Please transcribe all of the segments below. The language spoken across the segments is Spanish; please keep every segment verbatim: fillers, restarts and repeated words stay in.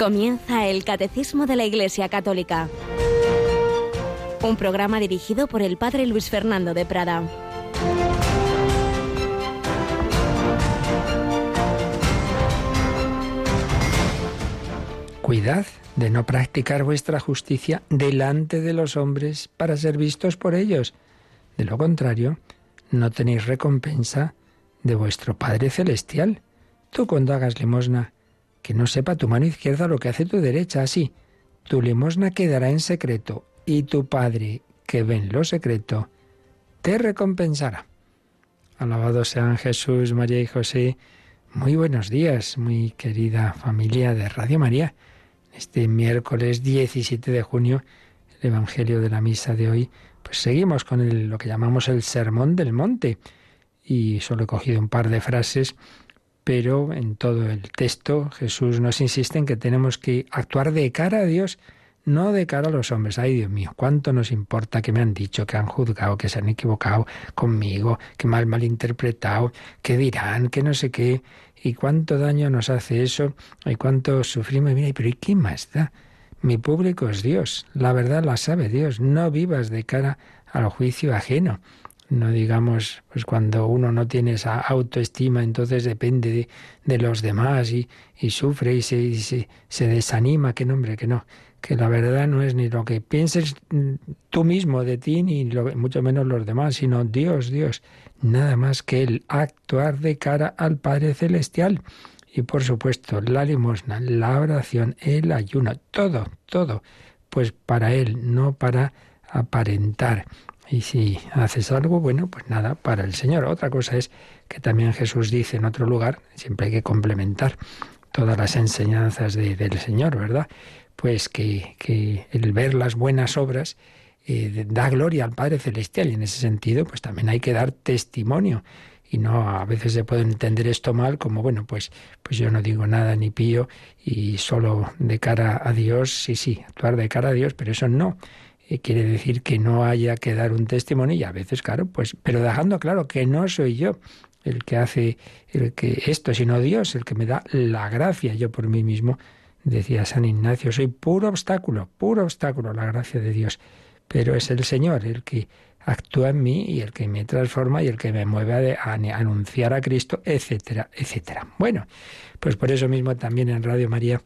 Comienza el Catecismo de la Iglesia Católica, un programa dirigido por el Padre Luis Fernando de Prada. Cuidad de no practicar vuestra justicia delante de los hombres para ser vistos por ellos. De lo contrario, no tenéis recompensa de vuestro Padre Celestial. Tú, cuando hagas limosna, que no sepa tu mano izquierda lo que hace tu derecha. Así, tu limosna quedará en secreto, y tu Padre, que ve en lo secreto, te recompensará. Alabado sean Jesús, María y José. Muy buenos días, muy querida familia de Radio María. Este miércoles diecisiete de junio, el Evangelio de la Misa de hoy, pues seguimos con el, lo que llamamos el Sermón del Monte. Y solo he cogido un par de frases, pero en todo el texto Jesús nos insiste en que tenemos que actuar de cara a Dios, no de cara a los hombres. Ay, Dios mío, cuánto nos importa que me han dicho, que han juzgado, que se han equivocado conmigo, que me han malinterpretado, que dirán, que no sé qué, y cuánto daño nos hace eso, y cuánto sufrimos. Mira, pero ¿y qué más da? Mi público es Dios, la verdad la sabe Dios. No vivas de cara al juicio ajeno. No digamos, pues cuando uno no tiene esa autoestima, entonces depende de, de los demás y, y sufre y, se, y se, se desanima. Que no, hombre, que no. Que la verdad no es ni lo que pienses tú mismo de ti, ni lo, mucho menos los demás, sino Dios, Dios. Nada más que el actuar de cara al Padre Celestial. Y por supuesto, la limosna, la oración, el ayuno, todo, todo, pues para Él, no para aparentar. Y si haces algo, bueno, pues nada, para el Señor. Otra cosa es que también Jesús dice en otro lugar, siempre hay que complementar todas las enseñanzas de, del Señor, ¿verdad? Pues que, que el ver las buenas obras eh, da gloria al Padre Celestial, y en ese sentido pues también hay que dar testimonio. Y no, a veces se puede entender esto mal como, bueno, pues, pues yo no digo nada ni pío y solo de cara a Dios, sí, sí, actuar de cara a Dios, pero eso no. Quiere decir que no haya que dar un testimonio, y a veces, claro, pues, pero dejando claro que no soy yo el que hace el que esto, sino Dios, el que me da la gracia. Yo por mí mismo, decía San Ignacio, soy puro obstáculo, puro obstáculo, la gracia de Dios. Pero es el Señor el que actúa en mí y el que me transforma y el que me mueve a, a anunciar a Cristo, etcétera, etcétera. Bueno, pues por eso mismo también en Radio María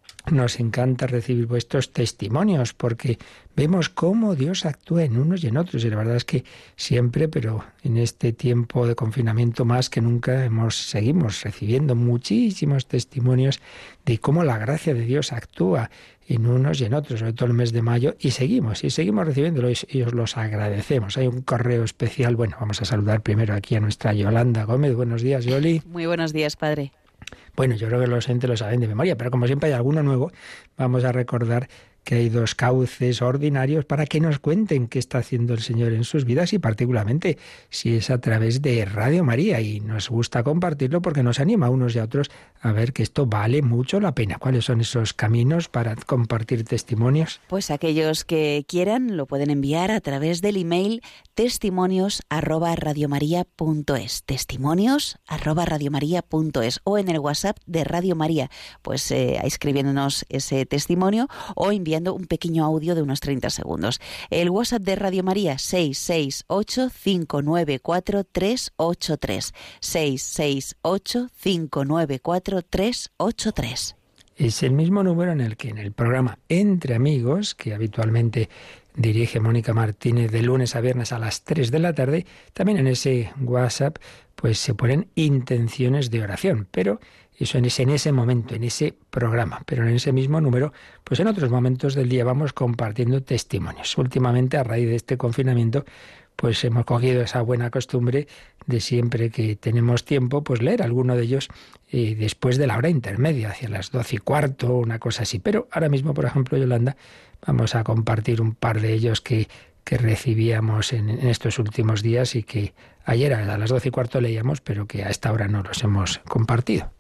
nos encanta recibir vuestros testimonios, porque vemos cómo Dios actúa en unos y en otros. Y la verdad es que siempre, pero en este tiempo de confinamiento más que nunca, hemos, seguimos recibiendo muchísimos testimonios de cómo la gracia de Dios actúa en unos y en otros, sobre todo el mes de mayo, y seguimos, y seguimos recibiéndolos, y os los agradecemos. Hay un correo especial. Bueno, vamos a saludar primero aquí a nuestra Yolanda Gómez. Buenos días, Yoli. Muy buenos días, padre. Bueno, yo creo que los oyentes lo saben de memoria, pero como siempre hay alguno nuevo, vamos a recordar que hay dos cauces ordinarios para que nos cuenten qué está haciendo el Señor en sus vidas, y particularmente si es a través de Radio María, y nos gusta compartirlo porque nos anima a unos y a otros a ver que esto vale mucho la pena. ¿Cuáles son esos caminos para compartir testimonios? Pues aquellos que quieran lo pueden enviar a través del email testimonios arroba radiomaria punto es, testimonios arroba radiomaria punto es, o en el WhatsApp de Radio María, pues eh, escribiéndonos ese testimonio o enviando un pequeño audio de unos treinta segundos. El WhatsApp de Radio María, seis seis ocho, cinco nueve cuatro, tres ocho tres, seis seis ocho, cinco nueve cuatro, tres ocho tres. Es el mismo número en el que en el programa Entre Amigos, que habitualmente dirige Mónica Martínez de lunes a viernes a las tres de la tarde, también en ese WhatsApp pues se ponen intenciones de oración, pero eso es en ese momento, en ese programa. Pero en ese mismo número, pues en otros momentos del día vamos compartiendo testimonios. Últimamente, a raíz de este confinamiento, pues hemos cogido esa buena costumbre de siempre que tenemos tiempo, pues leer alguno de ellos eh, después de la hora intermedia, hacia las doce y cuarto, una cosa así. Pero ahora mismo, por ejemplo, Yolanda, vamos a compartir un par de ellos que, que recibíamos en, en estos últimos días y que ayer a las doce y cuarto leíamos, pero que a esta hora no los hemos compartido.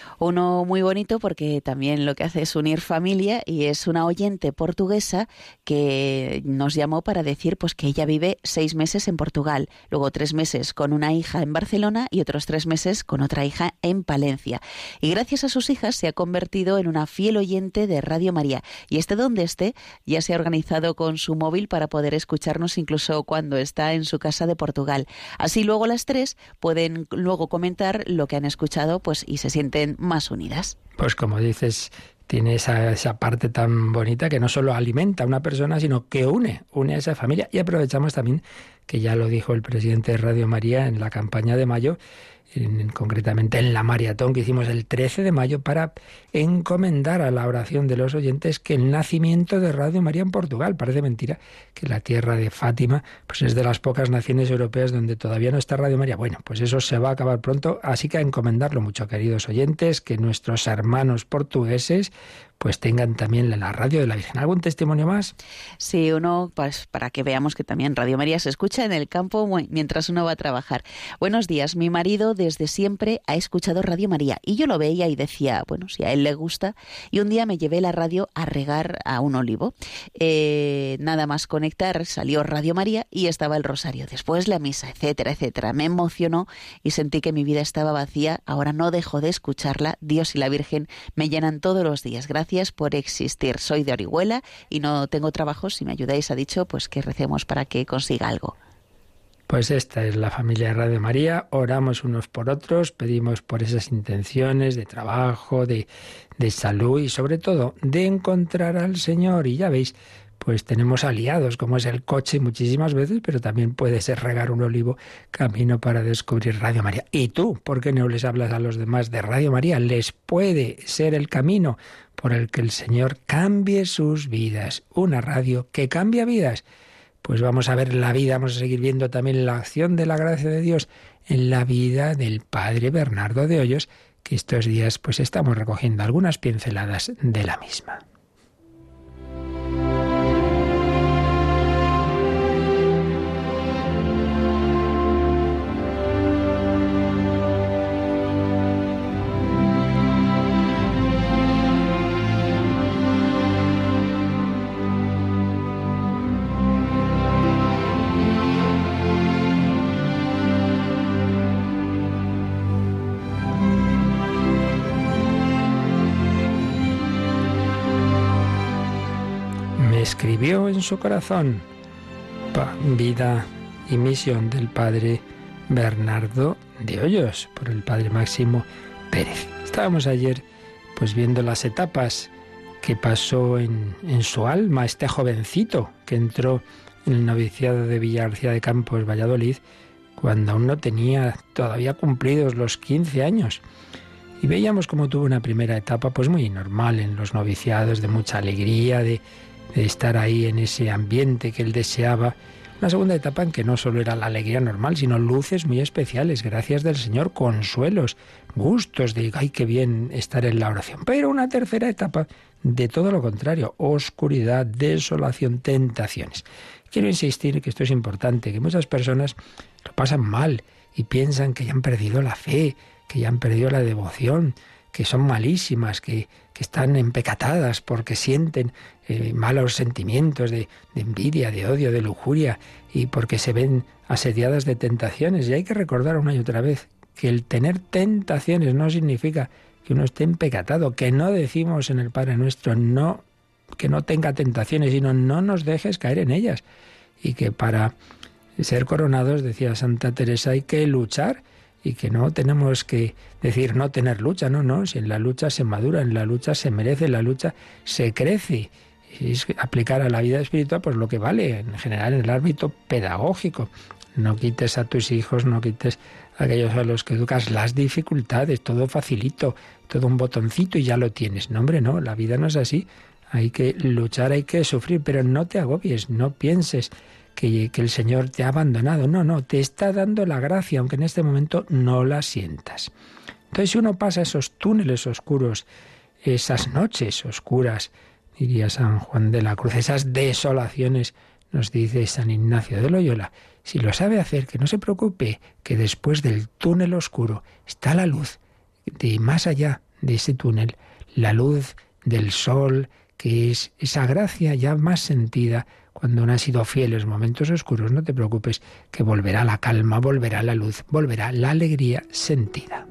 Uno muy bonito porque también lo que hace es unir familia, y es una oyente portuguesa que nos llamó para decir pues que ella vive seis meses en Portugal, luego tres meses con una hija en Barcelona y otros tres meses con otra hija en Palencia. Y gracias a sus hijas se ha convertido en una fiel oyente de Radio María. Y esté donde esté, ya se ha organizado con su móvil para poder escucharnos incluso cuando está en su casa de Portugal. Así luego las tres pueden luego comentar lo que han escuchado, pues y se sienten más unidas. Pues como dices, tiene esa, esa parte tan bonita que no solo alimenta a una persona, sino que une, une a esa familia. Y aprovechamos también, que ya lo dijo el presidente de Radio María en la campaña de mayo, en, concretamente en la maratón que hicimos el trece de mayo, para encomendar a la oración de los oyentes que el nacimiento de Radio María en Portugal, parece mentira que la tierra de Fátima pues es de las pocas naciones europeas donde todavía no está Radio María. Bueno, pues eso se va a acabar pronto, así que a encomendarlo mucho, queridos oyentes, que nuestros hermanos portugueses pues tengan también la radio de la Virgen. ¿Algún testimonio más? Sí, uno, pues para que veamos que también Radio María se escucha en el campo mientras uno va a trabajar. Buenos días, mi marido desde siempre ha escuchado Radio María y yo lo veía y decía, bueno, si a él le gusta, y un día me llevé la radio a regar a un olivo. Eh, nada más conectar, salió Radio María y estaba el rosario, después la misa, etcétera, etcétera. Me emocionó y sentí que mi vida estaba vacía. Ahora no dejo de escucharla. Dios y la Virgen me llenan todos los días. Gracias por existir. Soy de Orihuela y no tengo trabajo. Si me ayudáis, ha dicho, pues que recemos para que consiga algo. Pues esta es la familia de Radio María. Oramos unos por otros, pedimos por esas intenciones de trabajo, de, de salud y sobre todo de encontrar al Señor. Y ya veis, pues tenemos aliados, como es el coche muchísimas veces, pero también puede ser regar un olivo, camino para descubrir Radio María. ¿Y tú, por qué no les hablas a los demás de Radio María? Les puede ser el camino por el que el Señor cambie sus vidas. Una radio que cambia vidas. Pues vamos a ver la vida, vamos a seguir viendo también la acción de la gracia de Dios en la vida del padre Bernardo de Hoyos, que estos días pues estamos recogiendo algunas pinceladas de la misma. Escribió en su corazón vida y misión del padre Bernardo de Hoyos, por el padre Máximo Pérez. Estábamos ayer pues viendo las etapas que pasó en, en su alma este jovencito que entró en el noviciado de Villagarcía de Campos, Valladolid, cuando aún no tenía todavía cumplidos los quince años. Y veíamos cómo tuvo una primera etapa pues muy normal en los noviciados, de mucha alegría, de de estar ahí en ese ambiente que él deseaba. Una segunda etapa en que no solo era la alegría normal, sino luces muy especiales, gracias del Señor, consuelos, gustos de ¡ay, qué bien estar en la oración! Pero una tercera etapa de todo lo contrario, oscuridad, desolación, tentaciones. Quiero insistir que esto es importante, que muchas personas lo pasan mal y piensan que ya han perdido la fe, que ya han perdido la devoción, que son malísimas, que, que están empecatadas porque sienten eh, malos sentimientos de, de envidia, de odio, de lujuria, y porque se ven asediadas de tentaciones. Y hay que recordar una y otra vez que el tener tentaciones no significa que uno esté empecatado, que no decimos en el Padre Nuestro no, que no tenga tentaciones, sino no nos dejes caer en ellas. Y que para ser coronados, decía Santa Teresa, hay que luchar, y que no tenemos que decir no tener lucha, no, no, si en la lucha se madura, en la lucha se merece, en la lucha se crece. Y es aplicar a la vida espiritual pues lo que vale, en general en el ámbito pedagógico. No quites a tus hijos, no quites a aquellos a los que educas las dificultades, todo facilito, todo un botoncito y ya lo tienes. No, hombre, no, la vida no es así. Hay que luchar, hay que sufrir, pero no te agobies, no pienses Que, que el Señor te ha abandonado. No, no, te está dando la gracia, aunque en este momento no la sientas. Entonces, si uno pasa esos túneles oscuros, esas noches oscuras, diría San Juan de la Cruz, esas desolaciones, nos dice San Ignacio de Loyola, si lo sabe hacer, que no se preocupe, que después del túnel oscuro está la luz de más allá de ese túnel, la luz del sol, que es esa gracia ya más sentida cuando no han sido fieles momentos oscuros. No te preocupes, que volverá la calma, volverá la luz, volverá la alegría sentida.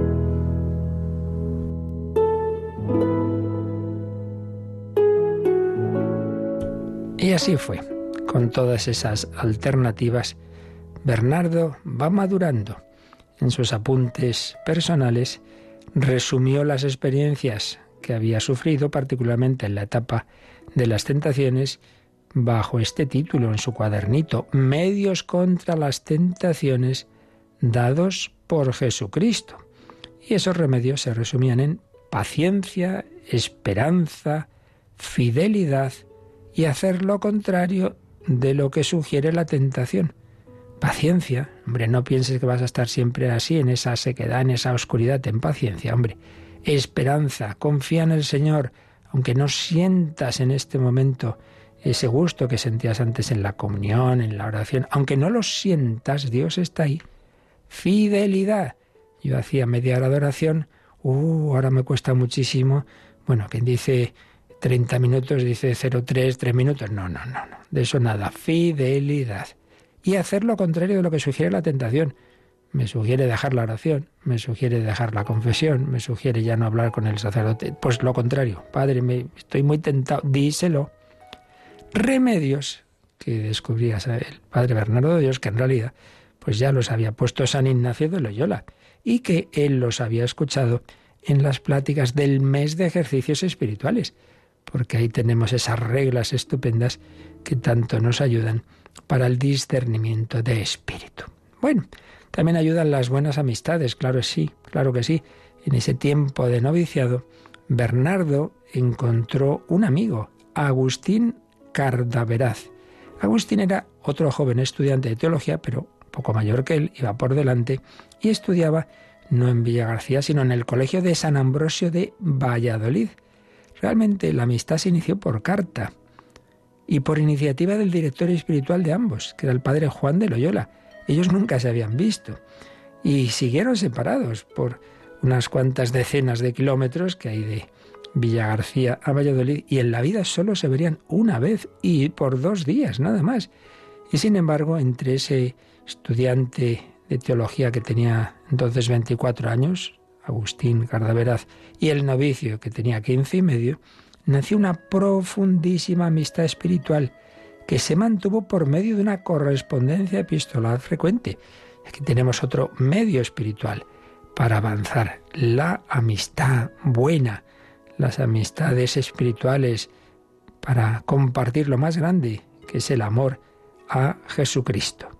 Y así fue. Con todas esas alternativas, Bernardo va madurando. En sus apuntes personales resumió las experiencias que había sufrido, particularmente en la etapa de las tentaciones, bajo este título en su cuadernito: Medios contra las tentaciones dados por Jesucristo. Y esos remedios se resumían en paciencia, esperanza, fidelidad y hacer lo contrario de lo que sugiere la tentación. Paciencia, hombre, no pienses que vas a estar siempre así, en esa sequedad, en esa oscuridad. Ten paciencia, hombre. Esperanza, confía en el Señor, aunque no sientas en este momento ese gusto que sentías antes en la comunión, en la oración, aunque no lo sientas, Dios está ahí. Fidelidad. Yo hacía media hora de oración, uh, ahora me cuesta muchísimo. Bueno, quien dice treinta minutos, dice cero tres, tres minutos. No, no, no, no. De eso nada. Fidelidad. Y hacer lo contrario de lo que sugiere la tentación. Me sugiere dejar la oración, me sugiere dejar la confesión, me sugiere ya no hablar con el sacerdote. Pues lo contrario. Padre, me estoy muy tentado. Díselo. Remedios que descubría el padre Bernardo de Dios, que en realidad pues ya los había puesto San Ignacio de Loyola y que él los había escuchado en las pláticas del mes de ejercicios espirituales, porque ahí tenemos esas reglas estupendas que tanto nos ayudan para el discernimiento de espíritu. Bueno, también ayudan las buenas amistades, claro sí, claro que sí. En ese tiempo de noviciado, Bernardo encontró un amigo, Agustín Cardaveraz. Agustín era otro joven estudiante de teología, pero poco mayor que él, iba por delante y estudiaba no en Villagarcía, sino en el Colegio de San Ambrosio de Valladolid. Realmente la amistad se inició por carta y por iniciativa del director espiritual de ambos, que era el padre Juan de Loyola. Ellos nunca se habían visto y siguieron separados por unas cuantas decenas de kilómetros que hay de Villagarcía a Valladolid, y en la vida solo se verían una vez y por dos días, nada más. Y sin embargo, entre ese estudiante de teología que tenía entonces veinticuatro años, Agustín Cardaveraz, y el novicio que tenía quince y medio, nació una profundísima amistad espiritual que se mantuvo por medio de una correspondencia epistolar frecuente. Aquí tenemos otro medio espiritual para avanzar, la amistad buena, las amistades espirituales para compartir lo más grande, que es el amor a Jesucristo.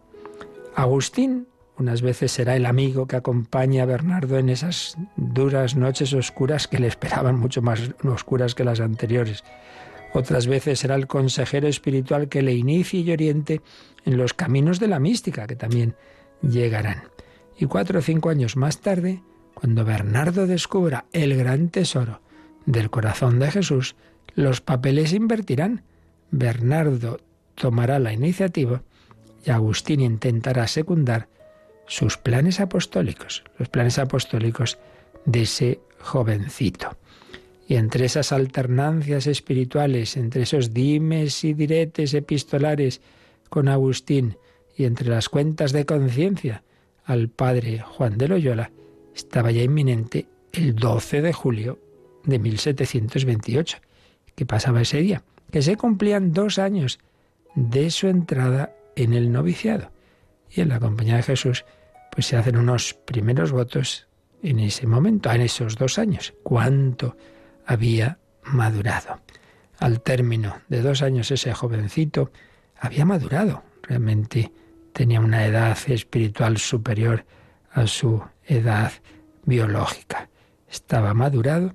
Agustín unas veces será el amigo que acompaña a Bernardo en esas duras noches oscuras que le esperaban, mucho más oscuras que las anteriores. Otras veces será el consejero espiritual que le inicie y oriente en los caminos de la mística, que también llegarán. Y cuatro o cinco años más tarde, cuando Bernardo descubra el gran tesoro del corazón de Jesús, los papeles se invertirán. Bernardo tomará la iniciativa y Agustín intentará secundar sus planes apostólicos, los planes apostólicos de ese jovencito. Y entre esas alternancias espirituales, entre esos dimes y diretes epistolares con Agustín y entre las cuentas de conciencia al padre Juan de Loyola, estaba ya inminente el doce de julio de mil setecientos veintiocho. ¿Qué pasaba ese día? Que se cumplían dos años de su entrada en el noviciado. Y en la compañía de Jesús pues se hacen unos primeros votos en ese momento, en esos dos años. ¿Cuánto había madurado? Al término de dos años ese jovencito había madurado. Realmente tenía una edad espiritual superior a su edad biológica. Estaba madurado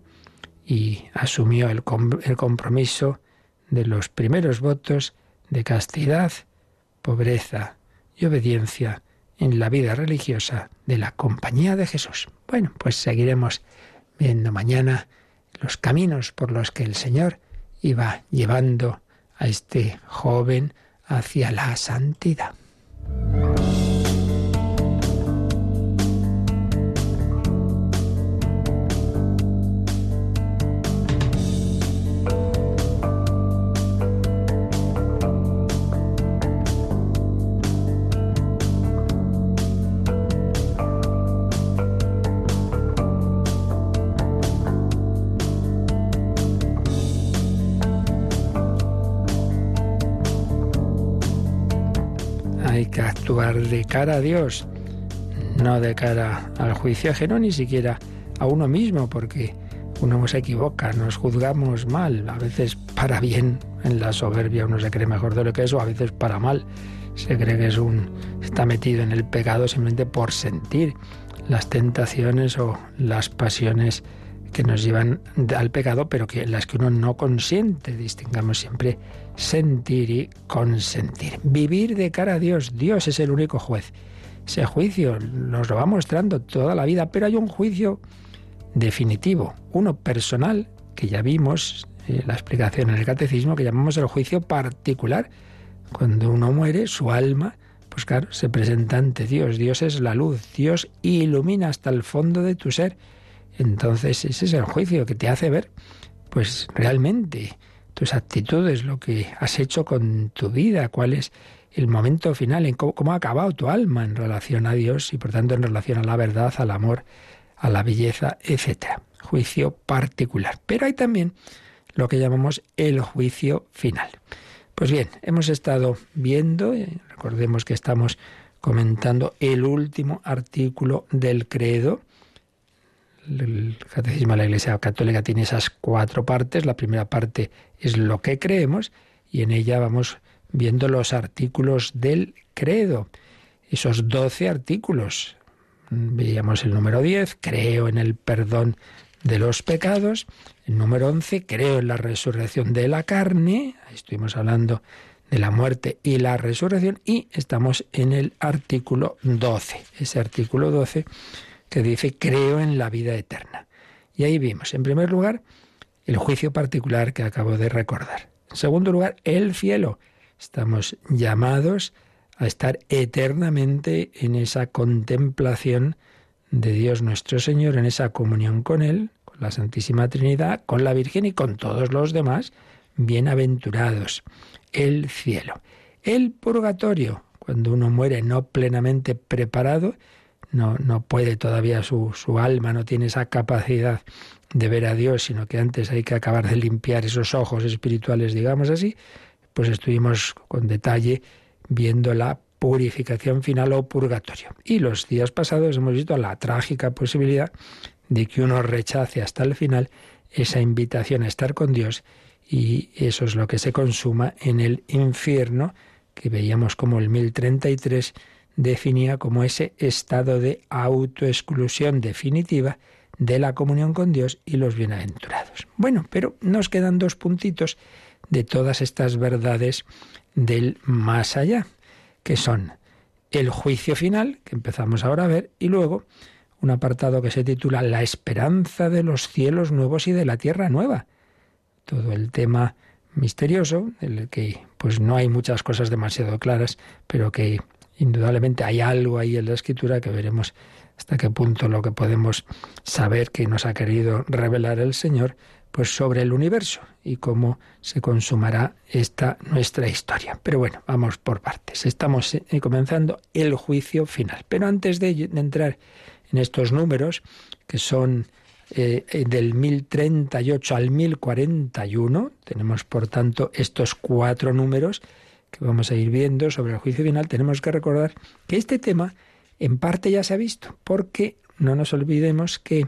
y asumió el, com- el compromiso de los primeros votos de castidad, pobreza y obediencia en la vida religiosa de la compañía de Jesús. Bueno, pues seguiremos viendo mañana los caminos por los que el Señor iba llevando a este joven hacia la santidad. Hay que actuar de cara a Dios, no de cara al juicio ajeno, ni siquiera a uno mismo, porque uno se equivoca, nos juzgamos mal, a veces para bien, en la soberbia uno se cree mejor de lo que es, o a veces para mal, se cree que es un está metido en el pecado simplemente por sentir las tentaciones o las pasiones que nos llevan al pecado, pero que en las que uno no consiente. Distingamos siempre sentir y consentir. Vivir de cara a Dios. Dios es el único juez. Ese juicio nos lo va mostrando toda la vida, pero hay un juicio definitivo, uno personal, que ya vimos eh, la explicación en el catecismo, que llamamos el juicio particular. Cuando uno muere, su alma, pues claro, se presenta ante Dios. Dios es la luz, Dios ilumina hasta el fondo de tu ser. Entonces ese es el juicio que te hace ver, pues realmente, tus actitudes, lo que has hecho con tu vida, cuál es el momento final, en cómo, cómo ha acabado tu alma en relación a Dios y por tanto en relación a la verdad, al amor, a la belleza, etcétera. Juicio particular. Pero hay también lo que llamamos el juicio final. Pues bien, hemos estado viendo, recordemos que estamos comentando el último artículo del credo. El Catecismo de la Iglesia Católica tiene esas cuatro partes. La primera parte es lo que creemos y en ella vamos viendo los artículos del credo. Esos doce artículos. Veíamos el número diez, creo en el perdón de los pecados. El número once, creo en la resurrección de la carne. Ahí estuvimos hablando de la muerte y la resurrección. Y estamos en el artículo doce. Ese artículo doce que dice, creo en la vida eterna. Y ahí vimos, en primer lugar, el juicio particular que acabo de recordar. En segundo lugar, el cielo. Estamos llamados a estar eternamente en esa contemplación de Dios nuestro Señor, en esa comunión con Él, con la Santísima Trinidad, con la Virgen y con todos los demás bienaventurados. El cielo. El purgatorio, cuando uno muere no plenamente preparado, No, no puede todavía, su, su alma no tiene esa capacidad de ver a Dios, sino que antes hay que acabar de limpiar esos ojos espirituales, digamos así. Pues estuvimos con detalle viendo la purificación final o purgatorio. Y los días pasados hemos visto la trágica posibilidad de que uno rechace hasta el final esa invitación a estar con Dios, y eso es lo que se consuma en el infierno, que veíamos como el mil treinta y tres definía como ese estado de autoexclusión definitiva de la comunión con Dios y los bienaventurados. Bueno, pero nos quedan dos puntitos de todas estas verdades del más allá, que son el juicio final, que empezamos ahora a ver, y luego un apartado que se titula La esperanza de los cielos nuevos y de la tierra nueva. Todo el tema misterioso, en el que pues no hay muchas cosas demasiado claras, pero que indudablemente hay algo ahí en la Escritura que veremos hasta qué punto lo que podemos saber que nos ha querido revelar el Señor, pues sobre el universo y cómo se consumará esta nuestra historia. Pero bueno, vamos por partes. Estamos comenzando el juicio final. Pero antes de, de entrar en estos números, que son eh, del mil treinta y ocho al mil cuarenta y uno, tenemos por tanto estos cuatro números que vamos a ir viendo sobre el juicio final. Tenemos que recordar que este tema en parte ya se ha visto, porque no nos olvidemos que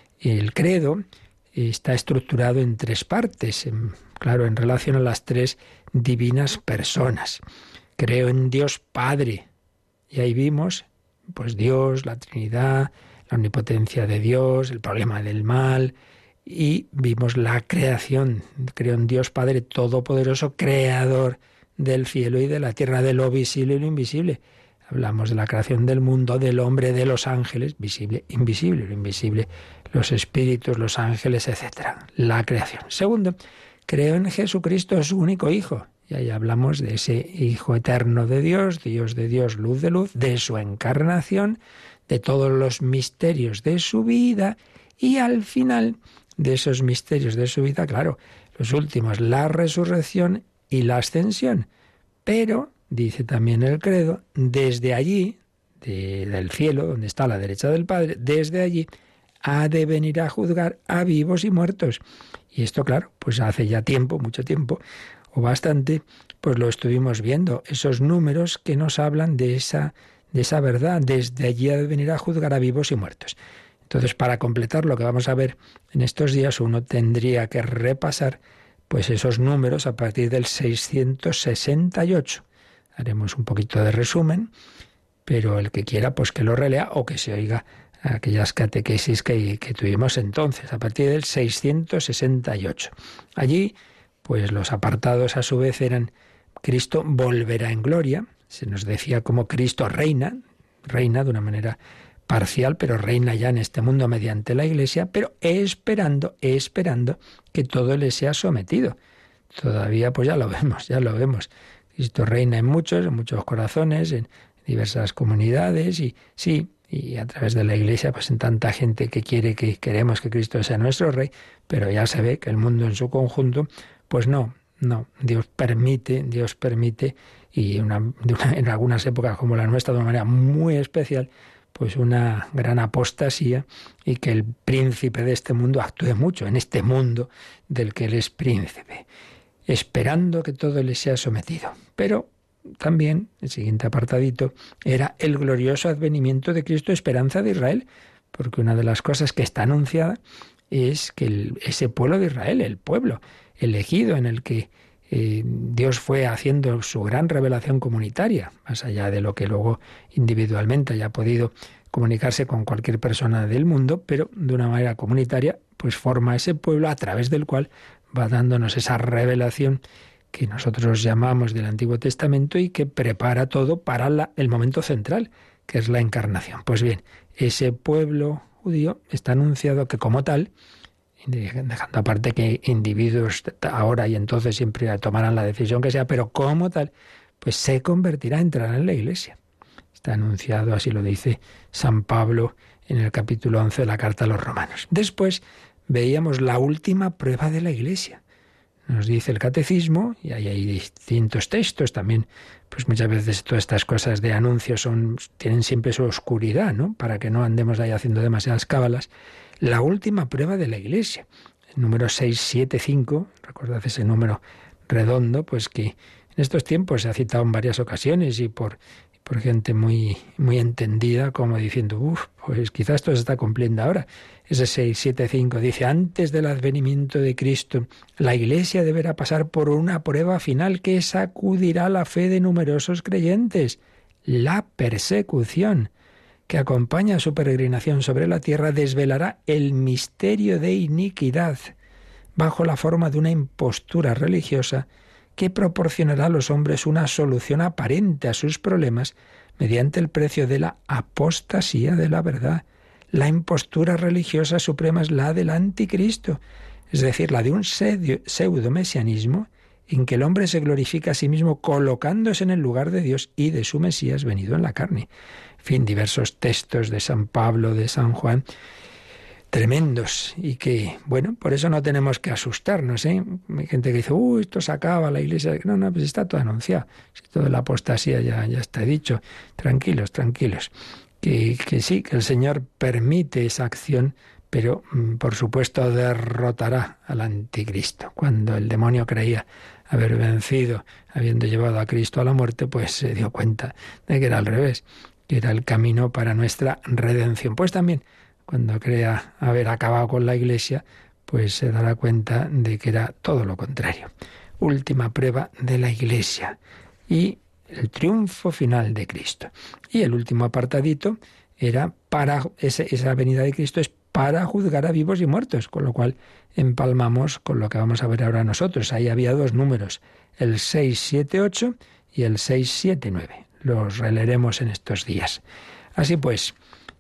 el credo está estructurado en tres partes, en, claro, en relación a las tres divinas personas. Creo en Dios Padre, y ahí vimos pues Dios, la Trinidad, la omnipotencia de Dios, el problema del mal, y vimos la creación. Creo en Dios Padre Todopoderoso, creador del cielo y de la tierra, de lo visible y lo invisible. Hablamos de la creación del mundo, del hombre, de los ángeles, visible, invisible, lo invisible, los espíritus, los ángeles, etcétera. La creación. Segundo, creo en Jesucristo, su único Hijo. Y ahí hablamos de ese Hijo eterno de Dios, Dios de Dios, luz de luz, de su encarnación, de todos los misterios de su vida y al final de esos misterios de su vida, claro, los últimos, la resurrección y la ascensión. Pero, dice también el credo, desde allí, de, del cielo, donde está a la derecha del Padre, desde allí ha de venir a juzgar a vivos y muertos. Y esto, claro, pues hace ya tiempo, mucho tiempo, o bastante, pues lo estuvimos viendo, esos números que nos hablan de esa, de esa verdad, desde allí ha de venir a juzgar a vivos y muertos. Entonces, para completar lo que vamos a ver en estos días, uno tendría que repasar pues esos números a partir del seiscientos sesenta y ocho. Haremos un poquito de resumen, pero el que quiera, pues que lo relea o que se oiga aquellas catequesis que, que tuvimos entonces, a partir del seiscientos sesenta y ocho. Allí, pues los apartados a su vez eran Cristo volverá en gloria. Se nos decía cómo Cristo reina, reina de una manera parcial, pero reina ya en este mundo mediante la Iglesia, pero esperando, esperando que todo le sea sometido. Todavía pues ya lo vemos, ya lo vemos. Cristo reina en muchos, en muchos corazones, en diversas comunidades y sí, y a través de la Iglesia, pues en tanta gente que quiere, que queremos que Cristo sea nuestro Rey, pero ya se ve que el mundo en su conjunto, pues no, no, Dios permite, Dios permite, y una, de una, en algunas épocas como la nuestra, de una manera muy especial, pues una gran apostasía y que el príncipe de este mundo actúe mucho en este mundo del que él es príncipe, esperando que todo le sea sometido. Pero también, el siguiente apartadito, era el glorioso advenimiento de Cristo, esperanza de Israel, porque una de las cosas que está anunciada es que el, ese pueblo de Israel, el pueblo elegido en el que eh, Dios fue haciendo su gran revelación comunitaria, más allá de lo que luego individualmente haya podido comunicarse con cualquier persona del mundo, pero de una manera comunitaria, pues forma ese pueblo a través del cual va dándonos esa revelación que nosotros llamamos del Antiguo Testamento y que prepara todo para la, el momento central, que es la encarnación. Pues bien, ese pueblo judío está anunciado que como tal, dejando aparte que individuos ahora y entonces siempre tomarán la decisión que sea, pero como tal, pues se convertirá, entrará en la Iglesia. Está anunciado, así lo dice San Pablo en el capítulo once de la Carta a los Romanos. Después veíamos la última prueba de la Iglesia. Nos dice el Catecismo, y ahí hay distintos textos también, pues muchas veces todas estas cosas de anuncios son, tienen siempre su oscuridad, ¿no? Para que no andemos ahí haciendo demasiadas cábalas. La última prueba de la Iglesia, el número seiscientos setenta y cinco, recordad ese número redondo, pues que en estos tiempos se ha citado en varias ocasiones y por, por gente muy, muy entendida, como diciendo, uff, pues quizás esto se está cumpliendo ahora. Ese seiscientos setenta y cinco dice, antes del advenimiento de Cristo, la Iglesia deberá pasar por una prueba final que sacudirá la fe de numerosos creyentes, la persecución, que acompaña a su peregrinación sobre la tierra, desvelará el misterio de iniquidad bajo la forma de una impostura religiosa que proporcionará a los hombres una solución aparente a sus problemas mediante el precio de la apostasía de la verdad. La impostura religiosa suprema es la del anticristo, es decir, la de un pseudo-mesianismo en que el hombre se glorifica a sí mismo colocándose en el lugar de Dios y de su Mesías venido en la carne. En fin, diversos textos de San Pablo, de San Juan, tremendos, y que, bueno, por eso no tenemos que asustarnos, ¿eh? Hay gente que dice, uy, esto se acaba, la Iglesia... No, no, pues está todo anunciado, si toda la apostasía ya, ya está dicho. Tranquilos, tranquilos. Que, que sí, que el Señor permite esa acción, pero por supuesto derrotará al anticristo. Cuando el demonio creía haber vencido, habiendo llevado a Cristo a la muerte, pues se dio cuenta de que era al revés, que era el camino para nuestra redención. Pues también, cuando crea haber acabado con la Iglesia, pues se dará cuenta de que era todo lo contrario. Última prueba de la Iglesia y el triunfo final de Cristo. Y el último apartadito era para ese, esa venida de Cristo es para juzgar a vivos y muertos, con lo cual empalmamos con lo que vamos a ver ahora nosotros. Ahí había dos números, el seiscientos setenta y ocho y el seiscientos setenta y nueve. Los releeremos en estos días. Así pues,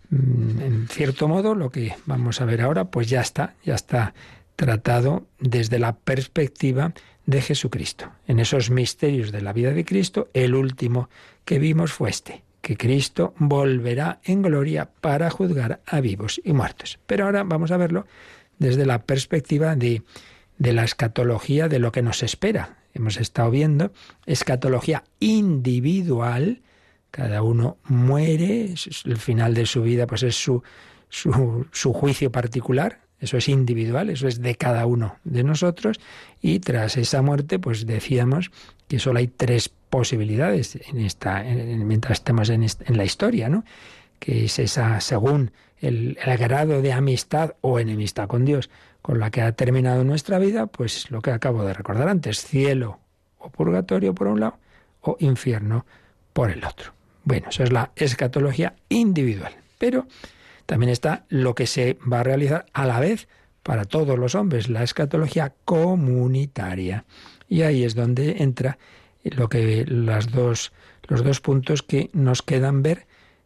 en cierto modo, lo que vamos a ver ahora, pues ya está, ya está tratado desde la perspectiva de Jesucristo. En esos misterios de la vida de Cristo, el último que vimos fue este, que Cristo volverá en gloria para juzgar a vivos y muertos. Pero ahora vamos a verlo desde la perspectiva de, de la escatología, de lo que nos espera. Hemos estado viendo escatología individual, cada uno muere, el final de su vida pues es su, su, su juicio particular, eso es individual, eso es de cada uno de nosotros, y tras esa muerte pues decíamos que solo hay tres posibilidades en esta, en, mientras estemos en, en la historia, ¿no? Que es esa, según el, el grado de amistad o enemistad con Dios con la que ha terminado nuestra vida, pues lo que acabo de recordar antes, cielo o purgatorio por un lado, o infierno por el otro. Bueno, eso es la escatología individual, pero también está lo que se va a realizar a la vez para todos los hombres, la escatología comunitaria. Y ahí es donde entra lo que las dos, los dos puntos que nos quedan ver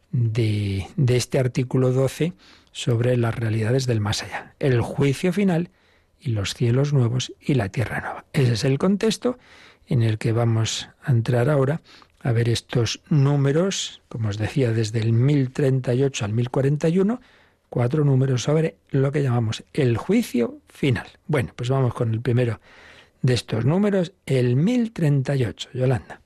de, de este artículo doce sobre las realidades del más allá. El juicio final y los cielos nuevos y la tierra nueva. Ese es el contexto en el que vamos a entrar ahora a ver estos números, como os decía, desde el mil treinta y ocho al mil cuarenta y uno, cuatro números sobre lo que llamamos el juicio final. Bueno, pues vamos con el primero de estos números, el mil treinta y ocho. Yolanda.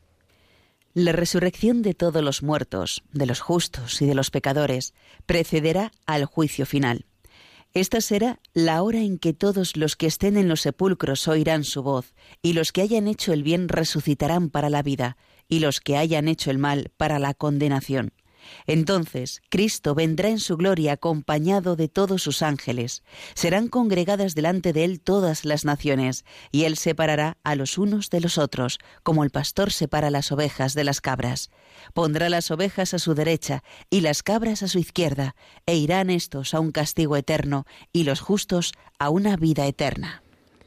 La resurrección de todos los muertos, de los justos y de los pecadores, precederá al juicio final. Esta será la hora en que todos los que estén en los sepulcros oirán su voz, y los que hayan hecho el bien resucitarán para la vida, y los que hayan hecho el mal para la condenación. Entonces Cristo vendrá en su gloria acompañado de todos sus ángeles. Serán congregadas delante de él todas las naciones, y él separará a los unos de los otros, como el pastor separa las ovejas de las cabras. Pondrá las ovejas a su derecha y las cabras a su izquierda, e irán estos a un castigo eterno y los justos a una vida eterna.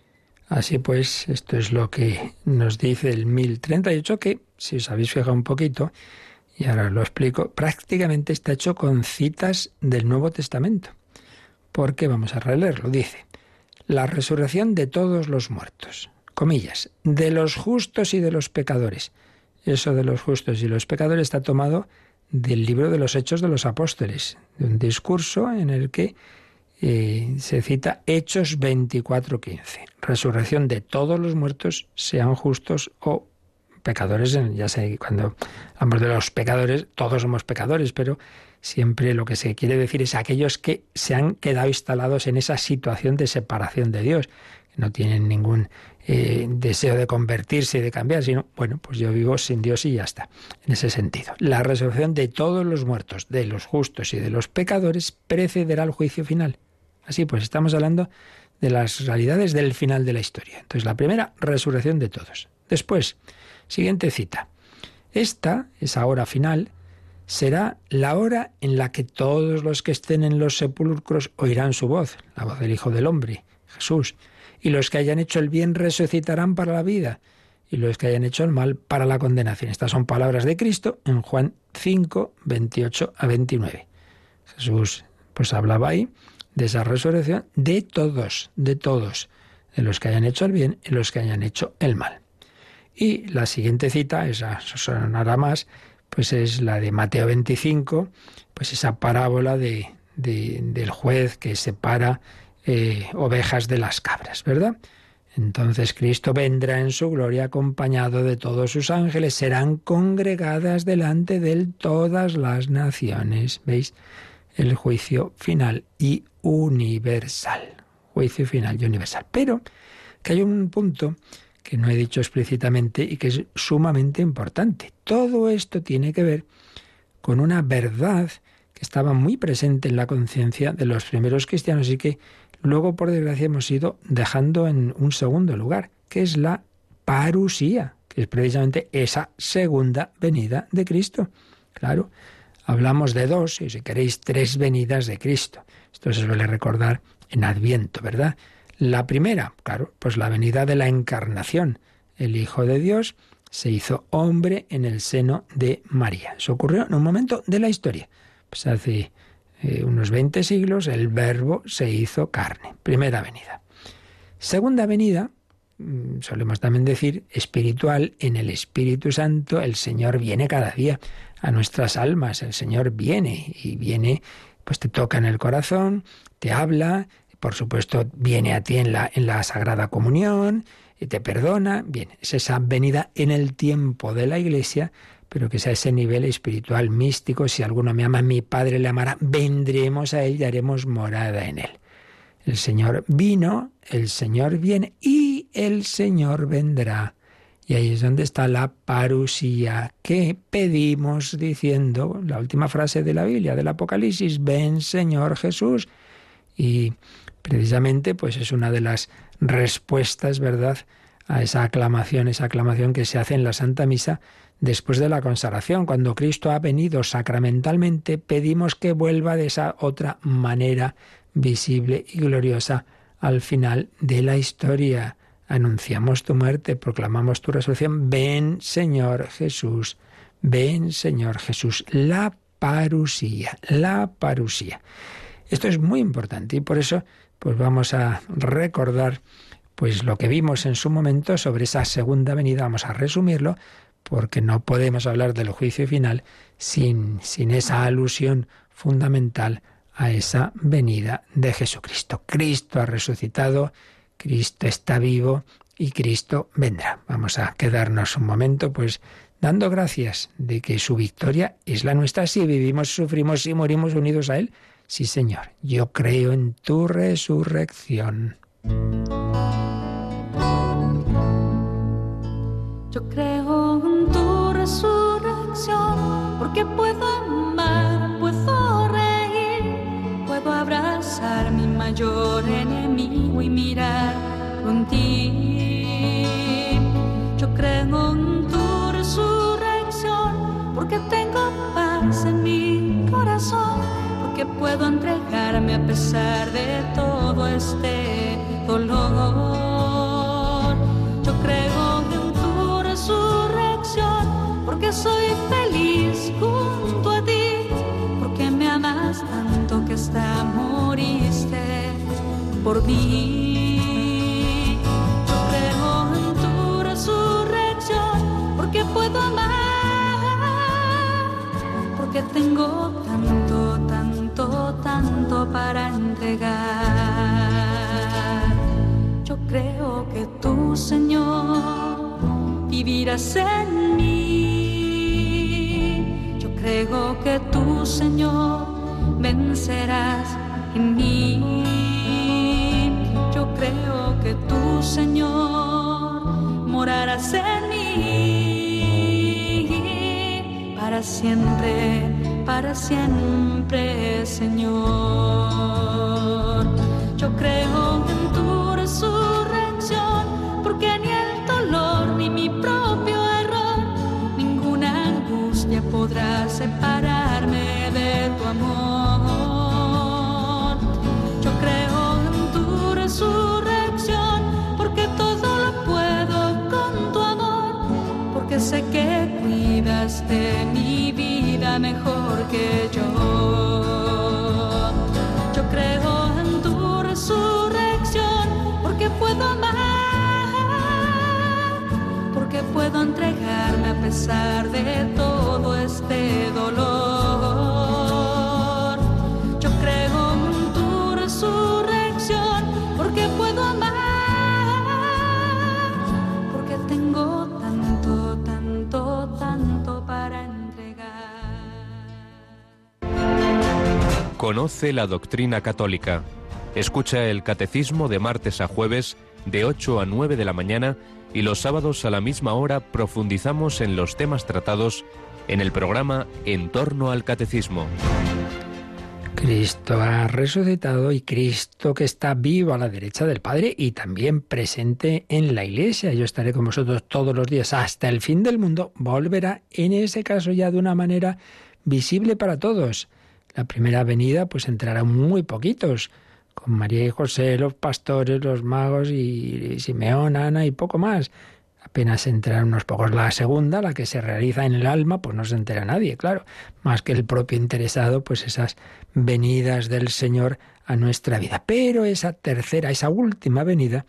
Así pues, esto es lo que nos dice el mil treinta y ocho, que, si os habéis fijado un poquito, y ahora os lo explico, prácticamente está hecho con citas del Nuevo Testamento. Porque vamos a releerlo. Dice, la resurrección de todos los muertos, comillas, de los justos y de los pecadores. Eso de los justos y los pecadores está tomado del libro de los Hechos de los Apóstoles, de un discurso en el que eh, se cita Hechos veinticuatro quince. Resurrección de todos los muertos, sean justos o pecadores. Ya sé, cuando hablamos de los pecadores, todos somos pecadores, pero siempre lo que se quiere decir es aquellos que se han quedado instalados en esa situación de separación de Dios, que no tienen ningún eh, deseo de convertirse y de cambiar, sino, bueno, pues yo vivo sin Dios y ya está, en ese sentido. La resurrección de todos los muertos, de los justos y de los pecadores, precederá al juicio final. Así pues, estamos hablando de las realidades del final de la historia. Entonces, la primera, resurrección de todos. Después, siguiente cita. Esta, esa hora final, será la hora en la que todos los que estén en los sepulcros oirán su voz, la voz del Hijo del Hombre, Jesús, y los que hayan hecho el bien resucitarán para la vida, y los que hayan hecho el mal para la condenación. Estas son palabras de Cristo en Juan cinco, veintiocho a veintinueve. Jesús pues hablaba ahí de esa resurrección de todos, de todos, de los que hayan hecho el bien y los que hayan hecho el mal. Y la siguiente cita, esa sonará más, pues es la de Mateo veinticinco, pues esa parábola de, de, del juez que separa eh, ovejas de las cabras, ¿verdad? Entonces Cristo vendrá en su gloria acompañado de todos sus ángeles, serán congregadas delante de él todas las naciones. ¿Veis? El juicio final y universal. Juicio final y universal. Pero que hay un punto que no he dicho explícitamente y que es sumamente importante. Todo esto tiene que ver con una verdad que estaba muy presente en la conciencia de los primeros cristianos y que luego, por desgracia, hemos ido dejando en un segundo lugar, que es la parusía, que es precisamente esa segunda venida de Cristo. Claro, hablamos de dos, y si queréis, tres venidas de Cristo. Esto se suele recordar en Adviento, ¿verdad? La primera, claro, pues la venida de la encarnación. El Hijo de Dios se hizo hombre en el seno de María. Eso ocurrió en un momento de la historia. Pues hace eh, unos veinte siglos el Verbo se hizo carne. Primera venida. Segunda venida, solemos también decir, espiritual, en el Espíritu Santo, el Señor viene cada día a nuestras almas, el Señor viene y viene, pues te toca en el corazón, te habla, por supuesto viene a ti en la, en la Sagrada Comunión y te perdona. Bien, es esa venida en el tiempo de la Iglesia, pero que sea ese nivel espiritual místico. Si alguno me ama, mi Padre le amará, vendremos a Él y haremos morada en Él. El Señor vino, el Señor viene y el Señor vendrá. Y ahí es donde está la parusía que pedimos diciendo la última frase de la Biblia, del Apocalipsis, ven Señor Jesús. Y precisamente pues es una de las respuestas, ¿verdad?, a esa aclamación, esa aclamación que se hace en la Santa Misa después de la consagración. Cuando Cristo ha venido sacramentalmente, pedimos que vuelva de esa otra manera visible y gloriosa al final de la historia. Anunciamos tu muerte, proclamamos tu resurrección. Ven, Señor Jesús, ven, Señor Jesús. La parusía, la parusía. Esto es muy importante y por eso pues vamos a recordar pues lo que vimos en su momento sobre esa segunda venida. Vamos a resumirlo porque no podemos hablar del juicio final sin, sin esa alusión fundamental a esa venida de Jesucristo. Cristo ha resucitado, Cristo está vivo y Cristo vendrá. Vamos a quedarnos un momento pues dando gracias de que su victoria es la nuestra. Si vivimos, sufrimos y morimos unidos a Él, sí, Señor, yo creo en tu resurrección. Yo creo en tu resurrección, porque puedo amar, puedo reír, puedo abrazar mi mayor enemigo y mirar con ti. Yo creo en tu resurrección, porque tengo paz en mi corazón, porque puedo entregarme a pesar de todo este dolor. Yo creo en tu resurrección, porque soy feliz junto a ti, porque me amas tanto que hasta moriste por mí. Yo creo en tu resurrección, porque puedo amar, porque tengo tanto, tanto, tanto para entregar. Yo creo que tú, Señor, vivirás en mí. Yo creo que tú, Señor, vencerás en mí. Yo creo que tú, Señor, morarás en mí para siempre, para siempre, Señor. Yo creo en tu resurrección, porque ni el dolor ni mi propio error, ninguna angustia podrá separarme de tu amor. Yo creo en tu resurrección, porque todo lo puedo con tu amor, porque sé que cuidas de mi vida mejor que yo. Yo creo en tu resurrección, porque puedo amar, porque puedo entregarme a pesar de todo este dolor. Yo creo en tu resurrección, porque puedo amar, porque tengo tanto, tanto, tanto para entregar. Conoce la doctrina católica. Escucha el catecismo de martes a jueves de ocho a nueve de la mañana y los sábados a la misma hora profundizamos en los temas tratados en el programa En torno al catecismo. Cristo ha resucitado y Cristo que está vivo a la derecha del Padre y también presente en la Iglesia. Yo estaré con vosotros todos los días hasta el fin del mundo. Volverá en ese caso ya de una manera visible para todos. La primera venida pues entrarán muy poquitos, con María y José, los pastores, los magos y Simeón, Ana y poco más. Apenas entrarán unos pocos. La segunda, la que se realiza en el alma, pues no se entera nadie, claro. Más que el propio interesado, pues esas venidas del Señor a nuestra vida. Pero esa tercera, esa última venida,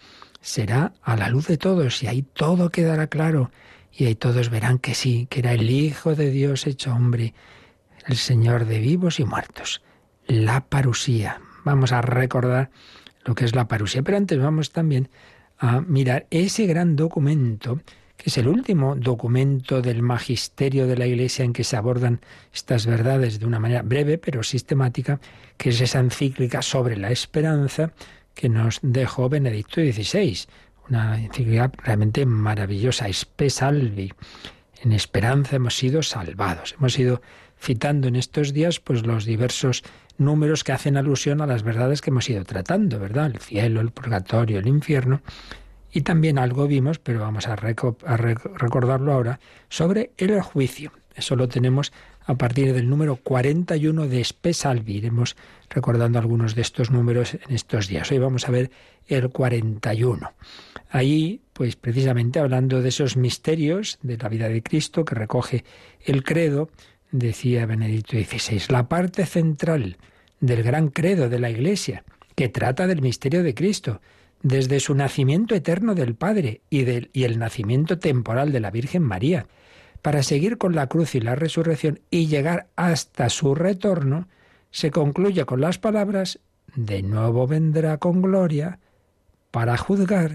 será a la luz de todos y ahí todo quedará claro y ahí todos verán que sí, que era el Hijo de Dios hecho hombre, el Señor de vivos y muertos. La parusía. Vamos a recordar lo que es la parusía, pero antes vamos también a mirar ese gran documento, que es el último documento del magisterio de la Iglesia en que se abordan estas verdades de una manera breve pero sistemática, que es esa encíclica sobre la esperanza que nos dejó Benedicto dieciséis, una encíclica realmente maravillosa, Spe Salvi. En esperanza hemos sido salvados. Hemos ido citando en estos días pues los diversos números que hacen alusión a las verdades que hemos ido tratando, ¿verdad? El cielo, el purgatorio, el infierno. Y también algo vimos, pero vamos a, reco- a rec- recordarlo ahora, sobre el juicio. Eso lo tenemos a partir del número cuarenta y uno de Spe Salvi. Iremos recordando algunos de estos números en estos días. Hoy vamos a ver el cuarenta y uno. Ahí, pues precisamente hablando de esos misterios de la vida de Cristo que recoge el credo, decía Benedicto dieciséis, la parte central del gran credo de la Iglesia, que trata del misterio de Cristo, desde su nacimiento eterno del Padre y, del, y el nacimiento temporal de la Virgen María, para seguir con la cruz y la resurrección y llegar hasta su retorno, se concluye con las palabras, de nuevo vendrá con gloria para juzgar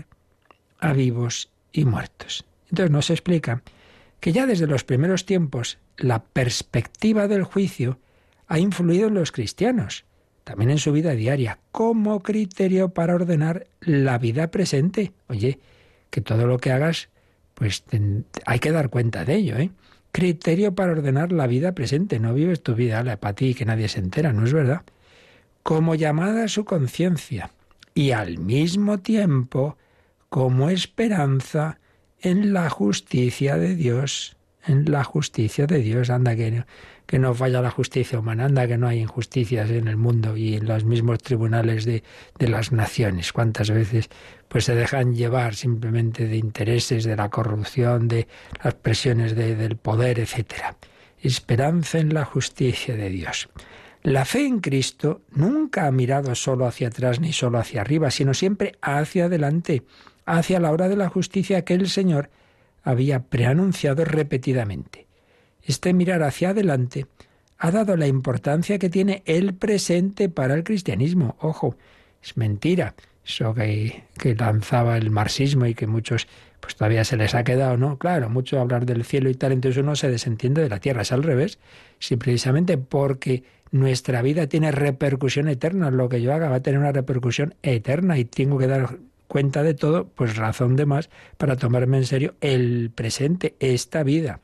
a vivos y muertos. Entonces nos explica que ya desde los primeros tiempos la perspectiva del juicio ha influido en los cristianos, también en su vida diaria, como criterio para ordenar la vida presente. Oye, que todo lo que hagas, pues ten, hay que dar cuenta de ello, ¿eh? Criterio para ordenar la vida presente. No vives tu vida la para ti, que nadie se entera, ¿no es verdad? Como llamada a su conciencia y al mismo tiempo como esperanza en la justicia de Dios. En la justicia de Dios. Anda que no, que no falla la justicia humana, anda que no hay injusticias en el mundo y en los mismos tribunales de, de las naciones. ¿Cuántas veces pues se dejan llevar simplemente de intereses, de la corrupción, de las presiones de, del poder, etcétera? Esperanza en la justicia de Dios. La fe en Cristo nunca ha mirado solo hacia atrás ni solo hacia arriba, sino siempre hacia adelante, hacia la hora de la justicia que el Señor había preanunciado repetidamente. Este mirar hacia adelante ha dado la importancia que tiene el presente para el cristianismo. Ojo, es mentira eso que, que lanzaba el marxismo y que muchos pues todavía se les ha quedado, ¿no? Claro, mucho hablar del cielo y tal, entonces uno se desentiende de la tierra. Es al revés, sí, precisamente porque nuestra vida tiene repercusión eterna. Lo que yo haga va a tener una repercusión eterna y tengo que dar cuenta de todo, pues razón de más para tomarme en serio el presente, esta vida.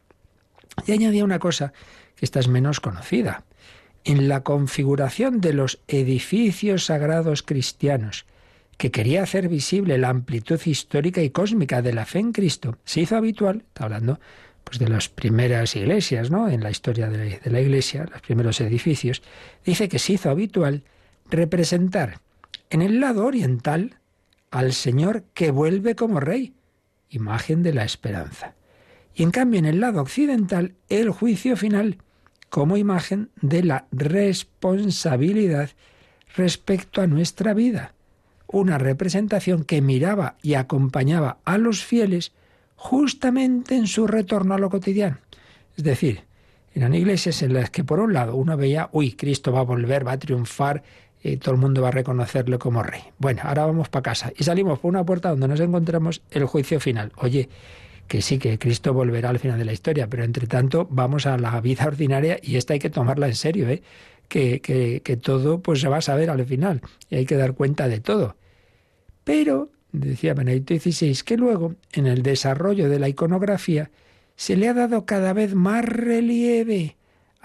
Y añadía una cosa, que esta es menos conocida. En la configuración de los edificios sagrados cristianos, que quería hacer visible la amplitud histórica y cósmica de la fe en Cristo, se hizo habitual, está hablando pues de las primeras iglesias, ¿no? En la historia de la, de la iglesia, los primeros edificios, dice que se hizo habitual representar en el lado oriental al Señor que vuelve como Rey, imagen de la esperanza. Y en cambio en el lado occidental el juicio final, como imagen de la responsabilidad respecto a nuestra vida. Una representación que miraba y acompañaba a los fieles justamente en su retorno a lo cotidiano. Es decir, eran iglesias en las que por un lado uno veía, uy, Cristo va a volver, va a triunfar, y todo el mundo va a reconocerle como Rey. Bueno, ahora vamos para casa. Y salimos por una puerta donde nos encontramos el juicio final. Oye, que sí, que Cristo volverá al final de la historia, pero entre tanto vamos a la vida ordinaria y esta hay que tomarla en serio, ¿eh? Que, que, que todo pues se va a saber al final y hay que dar cuenta de todo. Pero, decía Benedicto dieciséis, que luego, en el desarrollo de la iconografía, se le ha dado cada vez más relieve